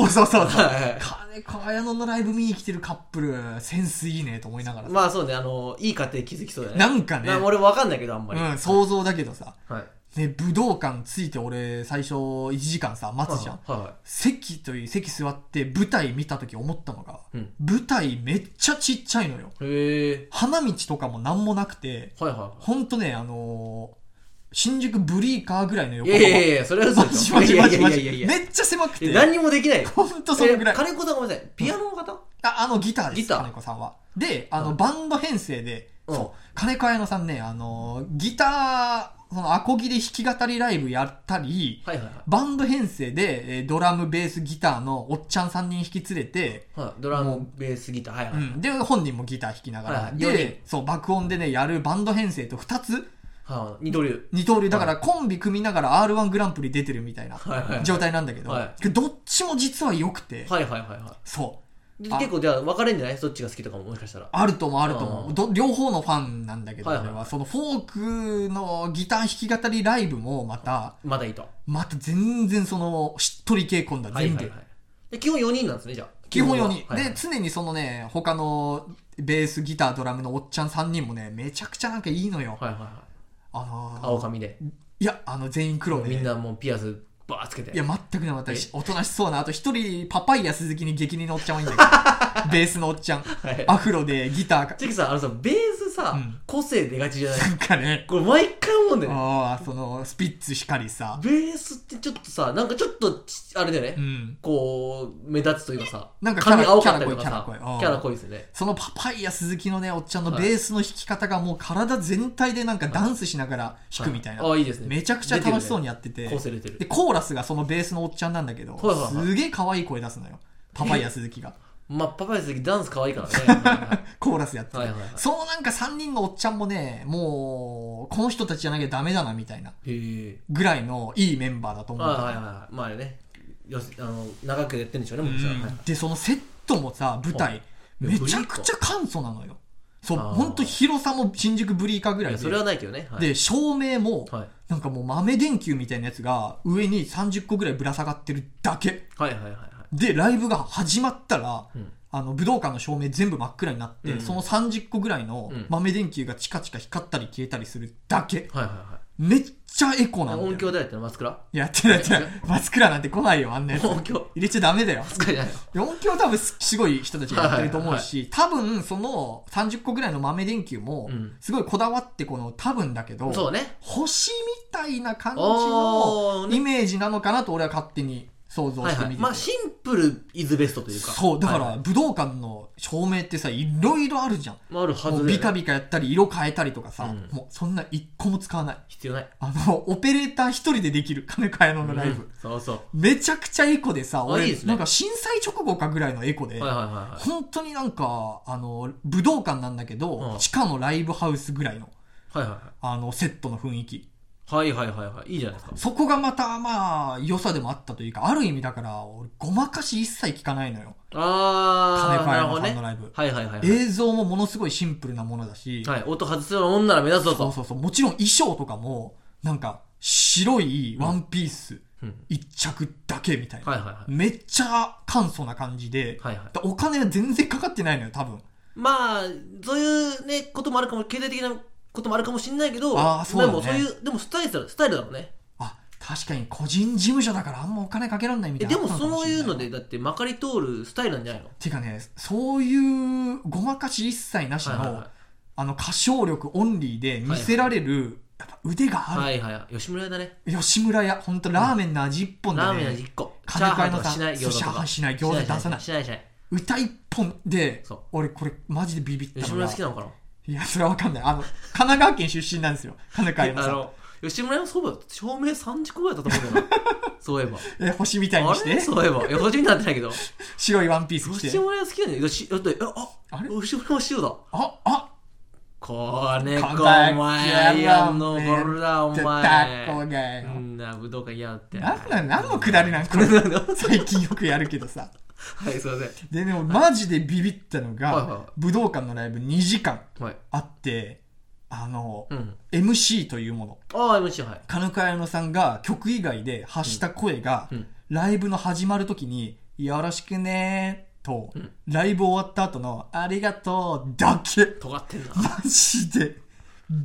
子綾乃のライブ見に来てるカップルセンスいいねと思いながらさ、 まあそうね、いい家庭築きそうだね。 なんかね、 俺わかんないけどあんまり、 想像だけどさ、 で武道館着いて俺最初1時間さ待つじゃん、 はいはい、 席座って舞台見た時思ったのが、舞台めっちゃちっちゃいのよ。花道とかもなんもなくて、ほんとね新宿ブリーカーぐらいの横幅。 いやそれは嘘でしょ。 めっちゃ狭くて何にもできない。 ほんとそのぐらい。 金子さんごめんなさい、ピアノの方？ ギターです、金子さんは。でバンド編成で、そう金子綾乃さんねギターそのアコギで弾き語りライブやったり、バンド編成でドラムベースギターのおっちゃん3人引き連れて、 ドラムベースギター、 で本人もギター弾きながら、でそう爆音でねやるバンド編成と2つ、 二刀流だからコンビ組みながら R1 グランプリ出てるみたいな状態なんだけど、どっちも実は良くて、そう結構じゃあ分かれんじゃない？そっちが好きとかももしかしたらあると思う両方のファンなんだけど、俺はそのフォークのギター弾き語りライブもまたいいと、 また全然そのしっとり系今度は全部、 で基本4人なんですね。じゃあ基本4人、で常にそのね他のベースギタードラムのおっちゃん3人もねめちゃくちゃなんかいいのよ。 青髪で、 いや全員黒で、 みんなもうピアスバーつけて、 いや全くなかったし、おとなしそうな、あと一人パパイヤ鈴木に激似のおっちゃんはいいんだけどベースのおっちゃん、アフロでギターチキさベースさ、個性出がちじゃない？ なんかねこれ毎回思うんだよね。 そのスピッツ光りさ、 ベースってちょっとさなんかちょっとあれだよね、こう目立つというかさ、 なんか髪青かったりとかさ、 キャラ濃いですよね。そのパパイヤ鈴木のねおっちゃんのベースの弾き方がもう体全体でなんかダンスしながら弾くみたいな、 いいですね。 めちゃくちゃ楽しそうにやってて、 個性出てる。 でコーラスがそのベースのおっちゃんなんだけど、すげえ可愛い声出すのよ、パパイヤ鈴木が。 パパイヤ鈴木ダンス可愛いからねコーラスやってて、そのなんか3人のおっちゃんもねもうこの人たちじゃなきゃダメだなみたいなぐらいのいいメンバーだと思う。 まあね、長くやってるんでしょうね。 でそのセットもさ舞台めちゃくちゃ簡素なのよ。そう本当広さも新宿ブリーカーぐらいで、 それはないけどね、 で照明もなんかもう豆電球みたいなやつが上に30個ぐらいぶら下がってるだけで、ライブが始まったら、武道館の照明全部真っ暗になって、その30個ぐらいの豆電球がチカチカ光ったり消えたりするだけ、めっちゃエコなんだよ。 音響でやってるの？マスクラ？ やってないマスクラなんて来ないよ、あんなやつ。音響入れちゃダメだよ。音響多分すごい人たちがやってると思うし、多分その30個ぐらいの豆電球もすごいこだわってこの多分だけど、星みたいな感じのイメージなのかなと俺は勝手に想像してみてて、 シンプルイズベストというか、 そうだから武道館の照明ってさいろいろあるじゃん。 あるはず、 ビカビカやったり色変えたりとかさ、もうそんな一個も使わない、 必要ない。 オペレーター一人でできる金子綾乃のライブ、めちゃくちゃエコでさ、俺なんか震災直後かぐらいのエコで、本当になんか武道館なんだけど、地下のライブハウスぐらいのセットの雰囲気、いいじゃないですか。そこがまた良さでもあったというか、ある意味だから俺ごまかし一切聞かないのよ。金子綾乃さんのライブ、映像もものすごいシンプルなものだし、 音外すような女ら目立つぞと。 そうもちろん衣装とかもなんか白いワンピース一着だけみたいな、めっちゃ簡素な感じで、お金は全然かかってないのよ多分。 そういうねこともあるかも、経済的なこともあるかもしれないけど、でもそういうでもスタイルだろうね。 確かに個人事務所だからあんまお金かけらんないみたいな。 でもそういうのでだってまかり通るスタイルなんじゃないの？ てかね、そういうごまかし一切なしの、歌唱力オンリーで見せられる、やっぱ腕がある。 吉村屋だね。 吉村屋、ほんとラーメンの味一本でね、 ラーメンの味一個、 金子綾乃さんチャーハンしない、餃子出さない、歌一本で、俺これマジでビビったのが。 吉村屋好きなのかな？ いやそれは分かんない。神奈川県出身なんですよ、金子綾乃さん。 吉村屋のそば照明30個ぐらいだったと思うんだよなそういえば星みたいにして、 そういえば星みたいになってないけど白いワンピース着て吉村屋好きなんだよ。あれ吉村屋塩だ。これお前やんのこれだお前武道館やって何のくだりなんこれ最近よくやるけどさすいません。 でもマジでビビったのが、武道館のライブ2時間あって、MC というもの、 MC、 金子綾乃さんが曲以外で発した声が、ライブの始まる時によろしくねと、ライブ終わった後のありがとうだけ。 尖ってんなマジでびっ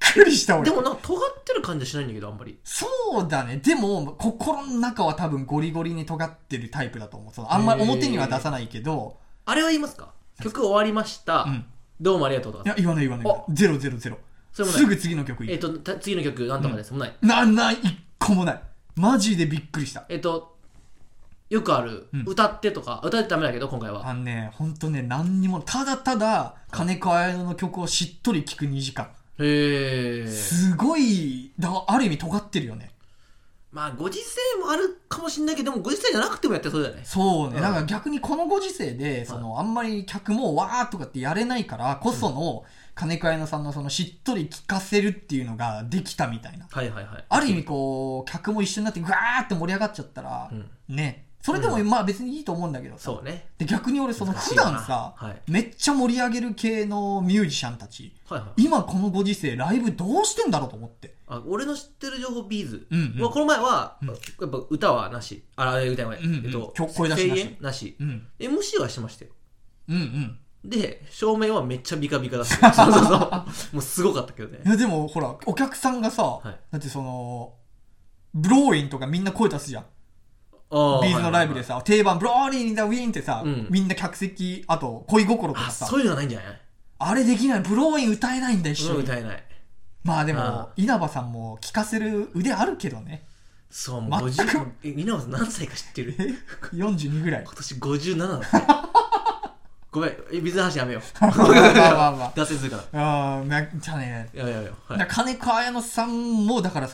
くりした俺。 でもなんか尖ってる感じはしないんだけど、あんまり。 そうだね。でも心の中は多分ゴリゴリに尖ってるタイプだと思う。あんまり表には出さないけど。 あれは言いますか？曲終わりました、どうもありがとうとか。 いや、言わない。000。それもない。すぐ次の曲言う。 次の曲なんとかですもない。 ない、一個もない。マジでびっくりした。 よくある、歌ってとか、歌ってダメだけど今回は。 ほんとね、何にも、ただただ金子綾乃の曲をしっとり聴く2時間。 へー。 すごい、ある意味尖ってるよね。 まあご時世もあるかもしれないけど、でもご時世じゃなくてもやってそうだよね。 そうね。だから逆にこのご時世で、あんまり客もわーとかってやれないからこその、金子綾乃さんのしっとり聴かせるっていうのができたみたいな。ある意味こう、客も一緒になってガーって盛り上がっちゃったら、ね。それでもまあ別にいいと思うんだけどさ。 そうね。 で逆に俺普段さ、めっちゃ盛り上げる系のミュージシャンたち、今このご時世ライブどうしてんだろうと思って。 俺の知ってる情報ビーズ、この前はやっぱ歌はなし、歌は声出し声援なし、MC はしてましたよ。で照明はめっちゃビカビカだった。もうすごかったけどね。 いやでもほらお客さんがさ、だってブローインとかみんな声出すじゃん。ビーズのライブでさ、定番ブローリンダウィンってさ、みんな客席、あと恋心とかさ、 そういうのはないんじゃない？ あれできない。ブローイン歌えないんだ一緒に。 歌えない。 まあでも稲葉さんも聴かせる腕あるけどね。 そう、もう50。稲葉さん何歳か知ってる ？42ぐらい。 今年57だって。ごめん、水の話やめよう。脱線するから。 じゃあね、金子綾乃さんもだから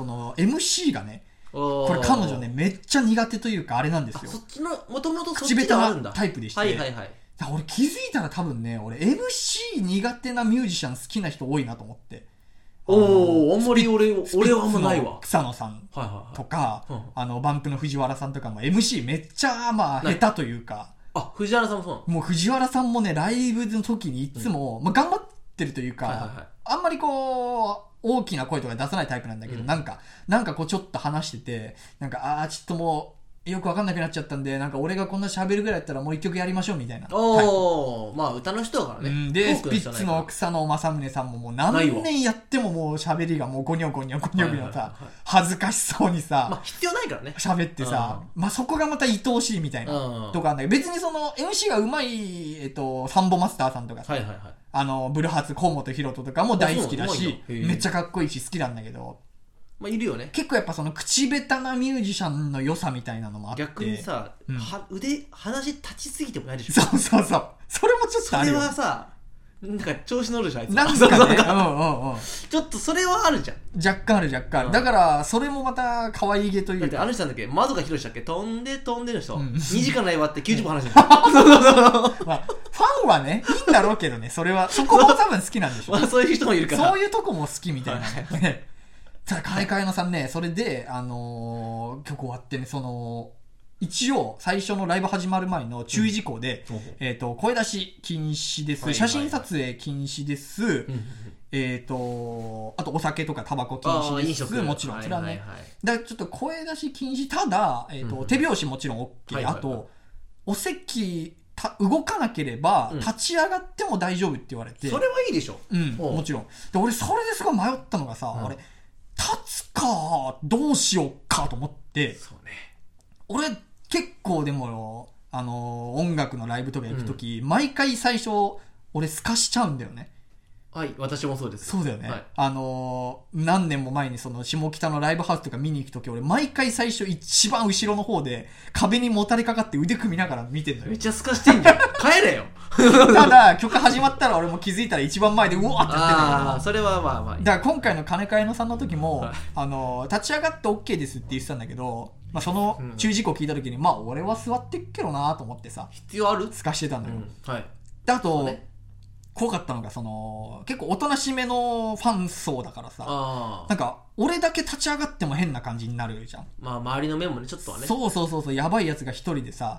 MC がね、これ彼女ねめっちゃ苦手というかあれなんですよ。 そっちのもともと口下手なタイプでして、 俺気づいたら多分ね、俺 MC 苦手なミュージシャン好きな人多いなと思って。 あんまり俺はあんまないわ。 草野さんとか、バンプの藤原さんとかも MC めっちゃまあ下手というか。 藤原さんもそうなの？ もう藤原さんもねライブの時にいつも、頑張ってるというか、あんまりこう大きな声とか出さないタイプなんだけど、なんかこうちょっと話してて、なんかちょっともうよくわかんなくなっちゃったんで、なんか俺がこんな喋るぐらいだったらもう一曲やりましょうみたいな。 まあ歌の人だからね。 でスピッツの草野正宗さんももう何年やってももう喋りがもうゴニョゴニョさ、恥ずかしそうにさ、 まあ必要ないからね、 喋ってさ、まあそこがまた愛おしいみたいなとかあんだけど、別にMC がうまいサンボマスターさんとかさ、ブルーハーツ河本大翔とかも大好きだし、めっちゃかっこいいし好きなんだけど、 まあいるよね。 結構やっぱ口下手なミュージシャンの良さみたいなのもあって、 逆にさ、話立ちすぎてもないでしょ。 そうそれもちょっとあるよ。 それはさ、なんか調子乗るでしょあいつ。 なんかね、 ちょっとそれはあるじゃん。 若干ある。だからそれもまた可愛いげというか。 だって人なんだっけ、窓が広いだっけ、飛んでの人、2時間ライブあって90分話してる。まあファンはねいいんだろうけどね、そこも多分好きなんでしょ。 まあそういう人もいるから。 そういうとこも好きみたいなね。金子綾乃さんね、それで曲終わってね、一応最初のライブ始まる前の注意事項で、声出し禁止です、写真撮影禁止です、あとお酒とかタバコ禁止です。もちろんそれはね、だからちょっと声出し禁止、ただ、手拍子もちろん OK、あとお席動かなければ立ち上がっても大丈夫って言われて、 それはいいでしょ。 もちろん。で俺それですごい迷ったのがさ、俺立つかどうしようかと思って、俺結構でも音楽のライブとか行くとき、毎回最初俺透かしちゃうんだよね。 はい、私もそうです。 そうだよね。何年も前に下北のライブハウスとか見に行くとき、俺毎回最初一番後ろの方で壁にもたれかかって腕組みながら見てるのよ。 めっちゃ透かしてんじゃん。帰れよ。 ただ曲始まったら俺も気づいたら一番前でうわーってやってるんだけど、 それはまあまあいい。 だから今回の金子綾乃さんの時も、立ち上がって OK ですって言ってたんだけど、まあ、その注意事項聞いた時に、まあ俺は座ってっけどなと思ってさ、 必要ある？ 透かしてたんだよ。であと怖かったのが結構おとなしめのファン層だからさ、なんか俺だけ立ち上がっても変な感じになるじゃん。 まあ周りの目もねちょっとはね。 そうやばいやつが一人でさ、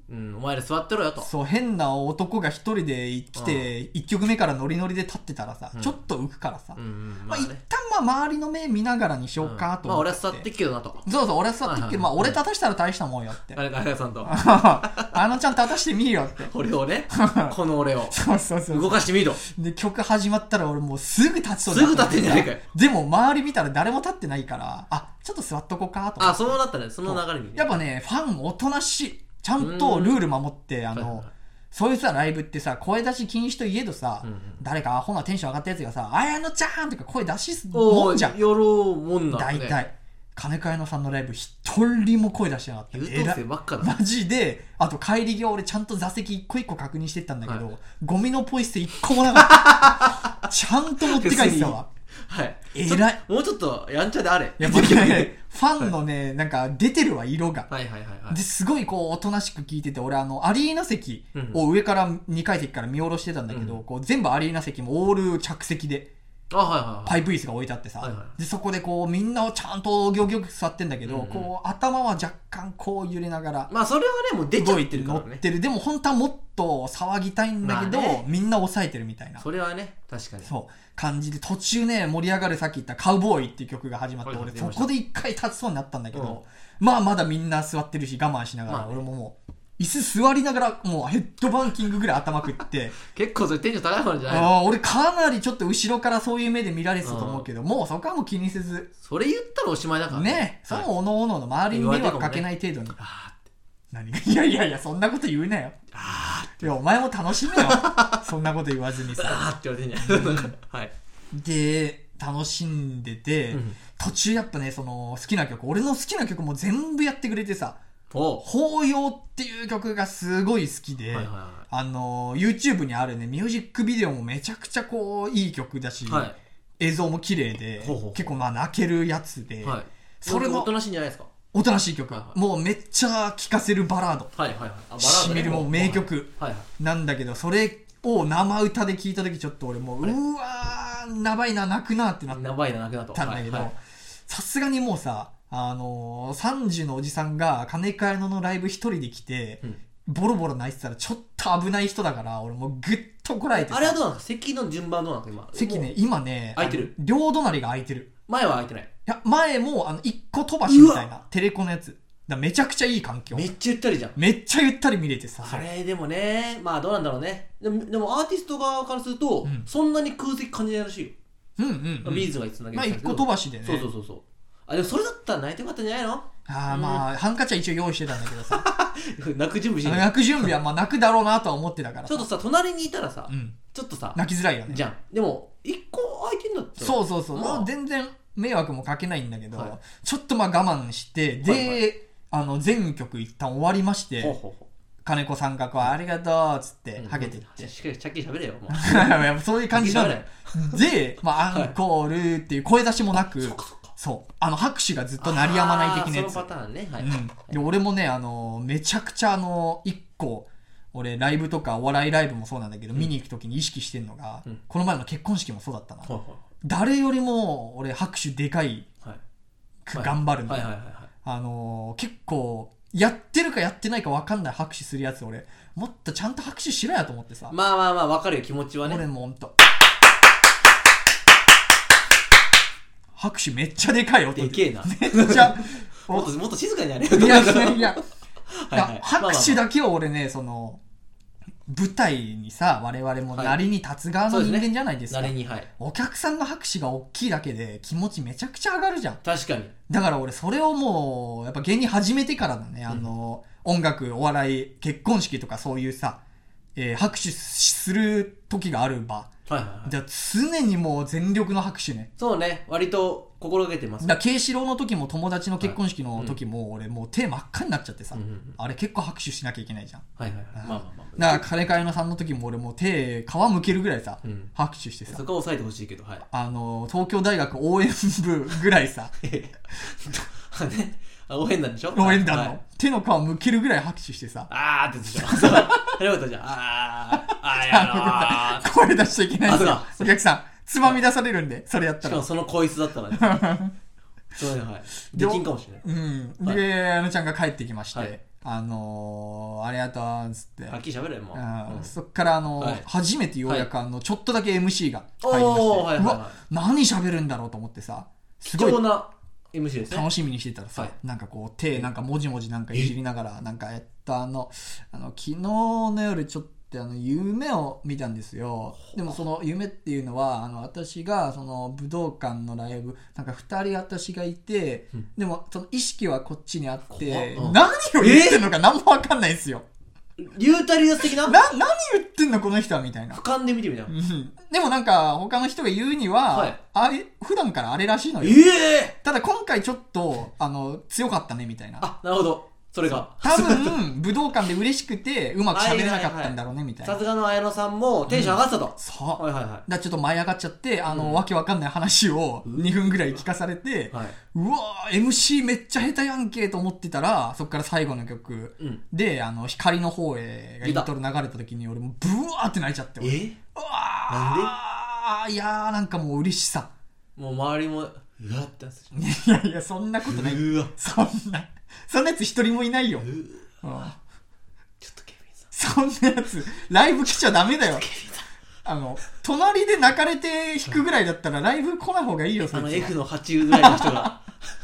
お前ら座ってろよと。 そう、変な男が一人で来て、1曲目からノリノリで立ってたらさ、ちょっと浮くからさ、まあ一旦周りの目見ながらにしようかと思って。 まあ俺は座ってっけどなと。 そうそう、俺は座ってっけど、まあ俺立たしたら大したもんよって。 あやさんと。 ちゃん立たしてみよって。 俺をね、この俺を。 そうそうそう。 動かしてみろ。 で、曲始まったら俺もうすぐ立ちそうすぐ立ってんじゃないかよ。 でも周り見たら誰も立ってないから、ちょっと座っとこうかと思って。 そうなったね、その流れに。 やっぱね、ファンおとなしい。ちゃんとルール守って、そういうさ、ライブってさ、声出し禁止といえどさ、誰かアホなテンション上がったやつがさ、綾乃ちゃんとか声出しもんじゃん。 よろうもんな。 大体。金子綾乃さんのライブ一人も声出してなかった。 優等生ばっかだ。 マジで、あと帰り際俺ちゃんと座席一個一個確認してったんだけど、ゴミのポイ捨て一個もなかった。ちゃんと持って帰ってたわ。 はい。 偉い。 もうちょっとやんちゃであれ。 やっぱね、ファンのね、なんか出てるわ、色が。 はいはいはい。 で、すごいこう、おとなしく聞いてて、俺アリーナ席を上から2階席から見下ろしてたんだけど、こう全部アリーナ席もオール着席で、パイプ椅子が置いてあってさ、で、そこでこう、みんなをちゃんと行々座ってんだけど、こう、頭は若干こう揺れながら、 まあそれはね、もう出ちゃってるからね。 乗ってる。でも本当はもっと騒ぎたいんだけど、みんな抑えてるみたいな。 それはね、確かに。 そう。感じで、途中ね、盛り上がるさっき言ったカウボーイっていう曲が始まって、俺そこで一回立ちそうになったんだけど、まあまだみんな座ってるし我慢しながら、俺ももう、椅子座りながら、もうヘッドバンキングぐらい頭くって。 結構それテンション高いもんじゃないの？ 俺かなりちょっと後ろからそういう目で見られてたと思うけど、もうそこはもう気にせず。 それ言ったらおしまいだからね。そのおのおのの周りに迷惑かけない程度に。何がいや、そんなこと言うなよ。いや、お前も楽しめよ。そんなこと言わずにさ。 って言われてんじゃん。はい。 で、楽しんでて、途中やっぱね、その好きな曲、俺の好きな曲も全部やってくれてさ、法要っていう曲がすごい好きで、YouTube にあるね、ミュージックビデオもめちゃくちゃこう、いい曲だし、映像も綺麗で、結構まあ泣けるやつで、 それもおとなしいんじゃないですか？ おとなしい曲。もうめっちゃ聴かせるバラード。しみるもう名曲なんだけど、それを生歌で聴いた時ちょっと俺もう、うわー、やばいな、泣くなってなったんだけど、さすがにもうさ、30のおじさんが金子綾乃のライブ一人で来て、ボロボロ泣いてたらちょっと危ない人だから、俺もうグッとこらえてさ。 あれはどうなんですか？席の順番どうなんですか？ 席ね、今ね、 空いてる。 両隣が空いてる。 前は空いてない。 いや、前も一個飛ばしみたいな、テレコのやつ。めちゃくちゃいい環境。 めっちゃゆったりじゃん。 めっちゃゆったり見れてさ。 あれでもね、まあどうなんだろうね。でもアーティスト側からすると、そんなに空席感じないらしいよ。ビーズが言ってたんだけど。 まあ一個飛ばしでね。 そう。でもそれだったら泣いてよかったんじゃないの？ まあハンカチは一応用意してたんだけどさ。 泣く準備して泣く準備はまあ泣くだろうなとは思ってたから。 ちょっとさ、隣にいたらさ、ちょっとさ、 泣きづらいよね。 じゃん。でも、一個空いてんだって。 そう。まあ全然迷惑もかけないんだけど、ちょっとまあ我慢して、で、全曲一旦終わりまして、金子さんがこう、ありがとうっつって、はげてって。 しっかり喋れよ、もう。そういう感じなんだよ。で、まあ、アンコールっていう声出しもなく、そう。拍手がずっと鳴りやまない的なやつ。 そのパターンね。 で、俺もね、めちゃくちゃ一個、俺、ライブとかお笑いライブもそうなんだけど、見に行くときに意識してんのが、この前の結婚式もそうだったな。誰よりも、俺、拍手でかい、頑張るんだよ。結構、やってるかやってないか分かんない拍手するやつ、俺、もっとちゃんと拍手しろやと思ってさ。 まあ、分かるよ、気持ちはね。 俺もほんと。拍手めっちゃでかい音でけえな。 めっちゃ。 もっと静かになれよ。いや、拍手だけを俺ね、舞台にさ、我々もなりに立つ側の人間じゃないですか。お客さんの拍手が大きいだけで気持ちめちゃくちゃ上がるじゃん。 確かに。 だから俺それをもう、やっぱ芸人始めてからだね、音楽、お笑い、結婚式とかそういうさ、拍手する時がある場。じゃあ常にもう全力の拍手ね。 そうね、割と心がけてます。 だから慶四郎の時も友達の結婚式の時も俺もう手真っ赤になっちゃってさ、あれ結構拍手しなきゃいけないじゃん。だから金子綾乃さんの時も俺もう手皮むけるぐらいさ、拍手してさ。 そこは抑えてほしいけど、 東京大学応援部ぐらいさ応援団でしょ。 応援団の手の皮むけるぐらい拍手してさ、 あーって言ってた。よかったじゃん。や声出しちゃいけないですよ、お客さん。つまみ出されるんで、それやったら。 しかもそのこいつだったらね。そうね、できんかもしれない。 で、あのちゃんが帰ってきまして、 ありがとうっつって。 はっきり喋れよ、もう。そっから初めてようやくちょっとだけ MC が入りまして、うわ、何喋るんだろうと思ってさ、 すごい貴重な MC ですね。 楽しみにしてたらさ、なんかこう手なんかもじもじなんかいじりながら、なんか昨日の夜ちょっと夢を見たんですよ。でもその夢っていうのは私がその武道館のライブなんか2人私がいて、でもその意識はこっちにあって何を言ってんのか何も分かんないんですよ。 リュータリアス的な何言ってんのこの人はみたいな。 俯瞰で見てみたいな。 でもなんか他の人が言うには、普段からあれらしいのよ。ただ今回ちょっと強かったねみたいな。 あ、なるほど。それが多分武道館で嬉しくてうまく喋れなかったんだろうねみたいな。 さすがの綾野さんもテンション上がってたと。 そう。だちょっと舞い上がっちゃってわけわかんない話を2分ぐらい聞かされて、うわー MC めっちゃ下手やんけと思ってたら、そっから最後の曲で光の方へがイントロ流れた時に俺もブワーって泣いちゃって。うわーなんで？いやーなんかもう嬉しさ。 もう周りもうわってやつ。 いやそんなことない。そんなやつ一人もいないよ。ちょっとケビンさん。そんなやつライブ来ちゃダメだよ。隣で泣かれて弾くぐらいだったらライブ来ない方がいいよ。 F の8ぐらいの人が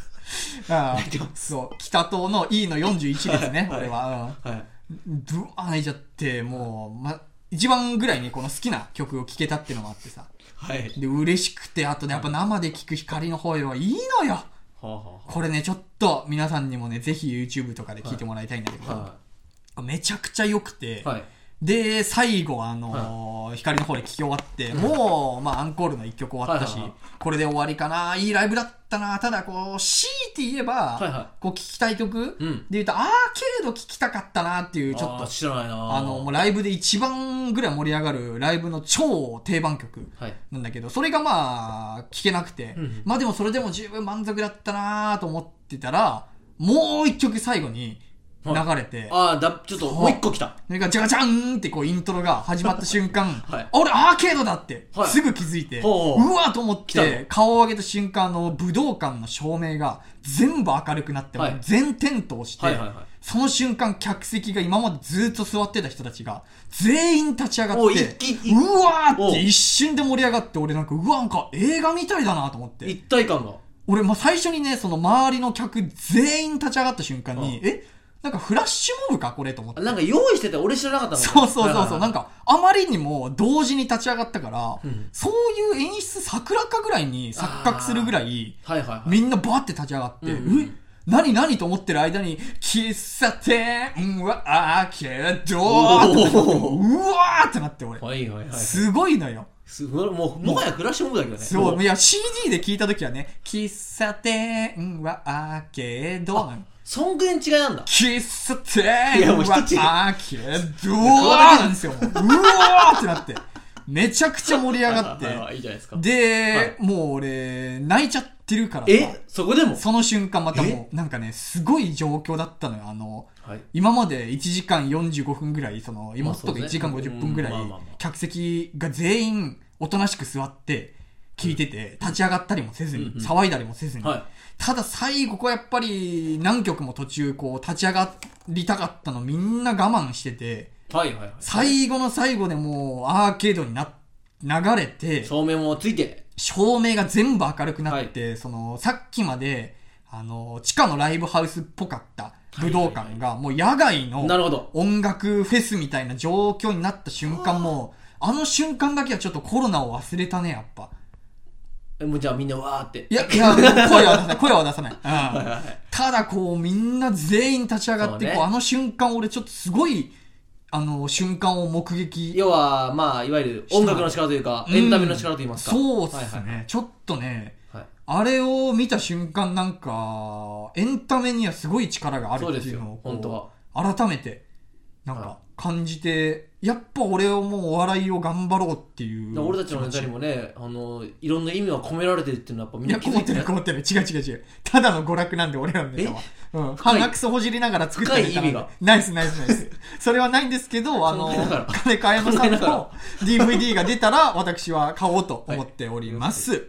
そう北東の E の41ですね。俺はブワー泣いちゃってもう一番ぐらいにこの好きな曲を聴けたっていうのもあってさ、で嬉しくて、あとねやっぱ生で聴く光の方へはいいのよ。これねちょっと皆さんにもねぜひ YouTube とかで聴いてもらいたいんだけど、めちゃくちゃ良くて、で最後光の方で聴き終わって、もうアンコールの1曲終わったし、これで終わりかな。いいライブだったな。ただこう強いて言えばこう聴きたい曲で言うとアーケード聴きたかったなっていう、ちょっと知らないな。 もうライブで一番ぐらい盛り上がるライブの超定番曲なんだけど、それが聴けなくて、でもそれでも十分満足だったなと思ってたら、もう一曲最後に流れて、 ちょっともう一個来た。 それがジャガジャーンってこうイントロが始まった瞬間、俺アーケードだってすぐ気づいて、うわと思って顔を上げた瞬間武道館の照明が全部明るくなって、全点灯して、その瞬間客席が今までずっと座ってた人たちが全員立ち上がって、うわーって一瞬で盛り上がって、俺なんかなんか映画みたいだなと思って、 一体感が俺最初にねその周りの客全員立ち上がった瞬間になんかフラッシュモブかこれと思って、 なんか用意してて俺知らなかったもん。そう、なんかあまりにも同時に立ち上がったから、そういう演出桜かぐらいに錯覚するぐらい、みんなバーって立ち上がって、何と思ってる間に喫茶店はアーケードうわーってなって、俺すごいのよ。 もはやフラッシュモブだけどね。 そう、いや CD で聞いた時はね、喫茶店はアーケード、 そんぐらい違いなんだ。 喫茶店はアーケードなんですよ。うわーってなってめちゃくちゃ盛り上がっていいじゃないですか。 で、もう俺泣いちゃってるからさ、 そこでもその瞬間またもうなんかねすごい状況だったのよ。今まで1時間45分ぐらい、今ほっとく1時間50分ぐらい客席が全員おとなしく座って聞いてて、立ち上がったりもせずに騒いだりもせずに、ただ最後やっぱり何曲も途中こう立ち上がりたかったのみんな我慢してて、最後の最後でもうアーケードに流れて、 照明もついて照明が全部明るくなって、さっきまで地下のライブハウスっぽかった武道館がもう野外の音楽フェスみたいな状況になった瞬間、もう瞬間だけはちょっとコロナを忘れたねやっぱ。 もうじゃあみんなわーって、 いや声は出さない、ただこうみんな全員立ち上がって、こう瞬間俺ちょっとすごい瞬間を目撃、 要はいわゆる音楽の力というかエンタメの力といいますか、 そうですね、ちょっとね、あれを見た瞬間なんかエンタメにはすごい力があるっていうのを本当は改めてなんか感じて、やっぱ俺はもうお笑いを頑張ろうっていう。 俺たちのネタにもね、いろんな意味が込められてるっていうのはやっぱみんな気づいてる。 こもってる。違う。ただの娯楽なんで俺らのネタは。鼻くそほじりながら作ったネタ。 深い意味が。 ナイス。それはないんですけど、金子綾乃さんの DVD が出たら私は買おうと思っております。意味を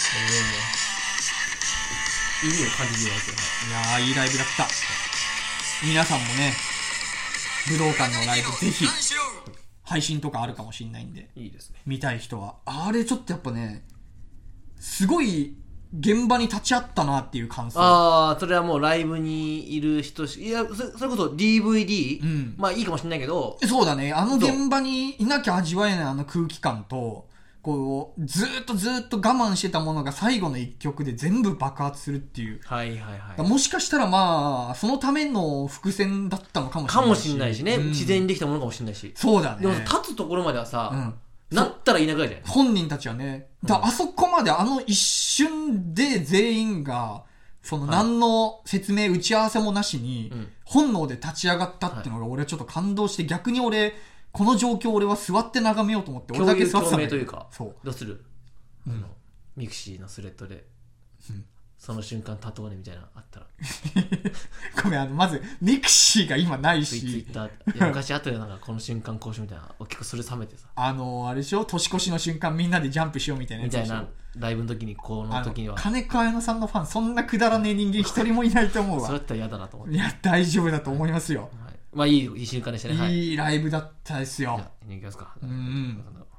感じるわけ。 いやー、いいライブだった。 皆さんもね武道館のライブぜひ配信とかあるかもしれないんで、 いいですね、 見たい人はあれちょっとやっぱねすごい現場に立ち会ったなっていう感想。 ああ、それはもうライブにいる人いや、それこそ DVD、うん、まあいいかもしれないけど、 そうだね、あの現場にいなきゃ味わえないあの空気感と、こうずっと我慢してたものが最後の一曲で全部爆発するっていう、 はいはいはい、 もしかしたらまあそのための伏線だったのかもしれないしね、 うん、自然にできたものかもしれないし。 そうだね。 でも立つところまではさ、うんなったらいなくないじゃん。 本人たちはね。あそこまであの一瞬で全員が、その何の説明、打ち合わせもなしに、本能で立ち上がったっていうのが俺はちょっと感動して、逆に俺、この状況俺は座って眺めようと思って、俺だけ座ってたんだけど。 共鳴というか、 そう。 どうする、ミクシーのスレッドで、その瞬間立とうねみたいなあったら。 ごめん、まずミクシーが今ないし、 ツイッター、いや昔あったよ、なんかこの瞬間こうしようみたいな、結構それ冷めてさ、 あれでしょ、年越しの瞬間みんなでジャンプしようみたいなやつでしょ。 みたいなライブの時に、この時には金子綾乃さんのファンそんなくだらねえ人間一人もいないと思うわ。 そうやったら嫌だなと思って。 いや大丈夫だと思いますよ、はい、 まあいい瞬間でしたね。 いいライブだったですよ。 じゃあいきますか。 うん、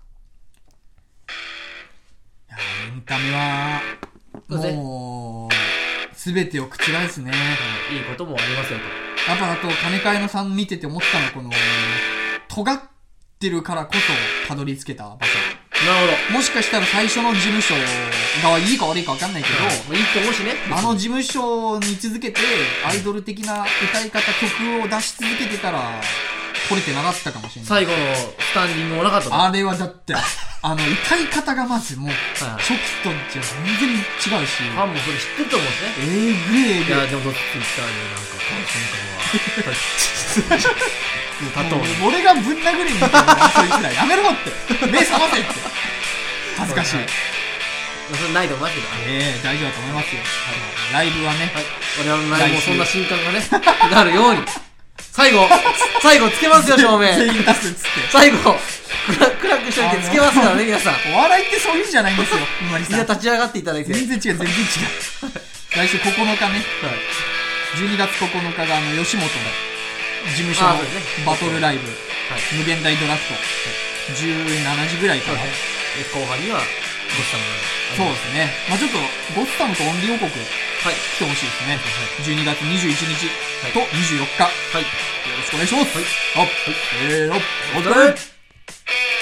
いやエンタメはもう全てを覆すね。 いいこともありますよと。 やっぱあと金子綾乃さん見てて思ったのは、この尖ってるからこそたどり着けた場所。 なるほど。もしかしたら最初の事務所がいいか悪いか分かんないけど、 いいと思うしね。 あの事務所に続けてアイドル的な歌い方、曲を出し続けてたら来れてなかったかもしれない。 最後のスタンディングもなかった。 あれはだって歌い方がまずもう初期とじゃ全然違うし、 ファンもそれ知ってると思うんですね。いやでもどっちに来たらなんかこの瞬間は俺がぶん殴りに行ってるそいつらやめろって目覚ませって恥ずかしい。 それないと思いますけど、 大丈夫だと思いますよ。ライブはね、 我々のライブもそんな瞬間がねなるように最後つけますよ、照明全員出すっつって最後暗くしといてつけますからね、皆さん。 お笑いってそういうんじゃないんですよ。 みんな立ち上がっていただいて。 全然違う来週9日ね、12月9日が吉本の事務所のバトルライブ、無限大ドラフト、17時ぐらいから、 後半にはゴッサムそうですね。まあちょっとゴッサムとオンリー王国来てほしいですね。12月21日と24日、よろしくお願いします。お疲れ。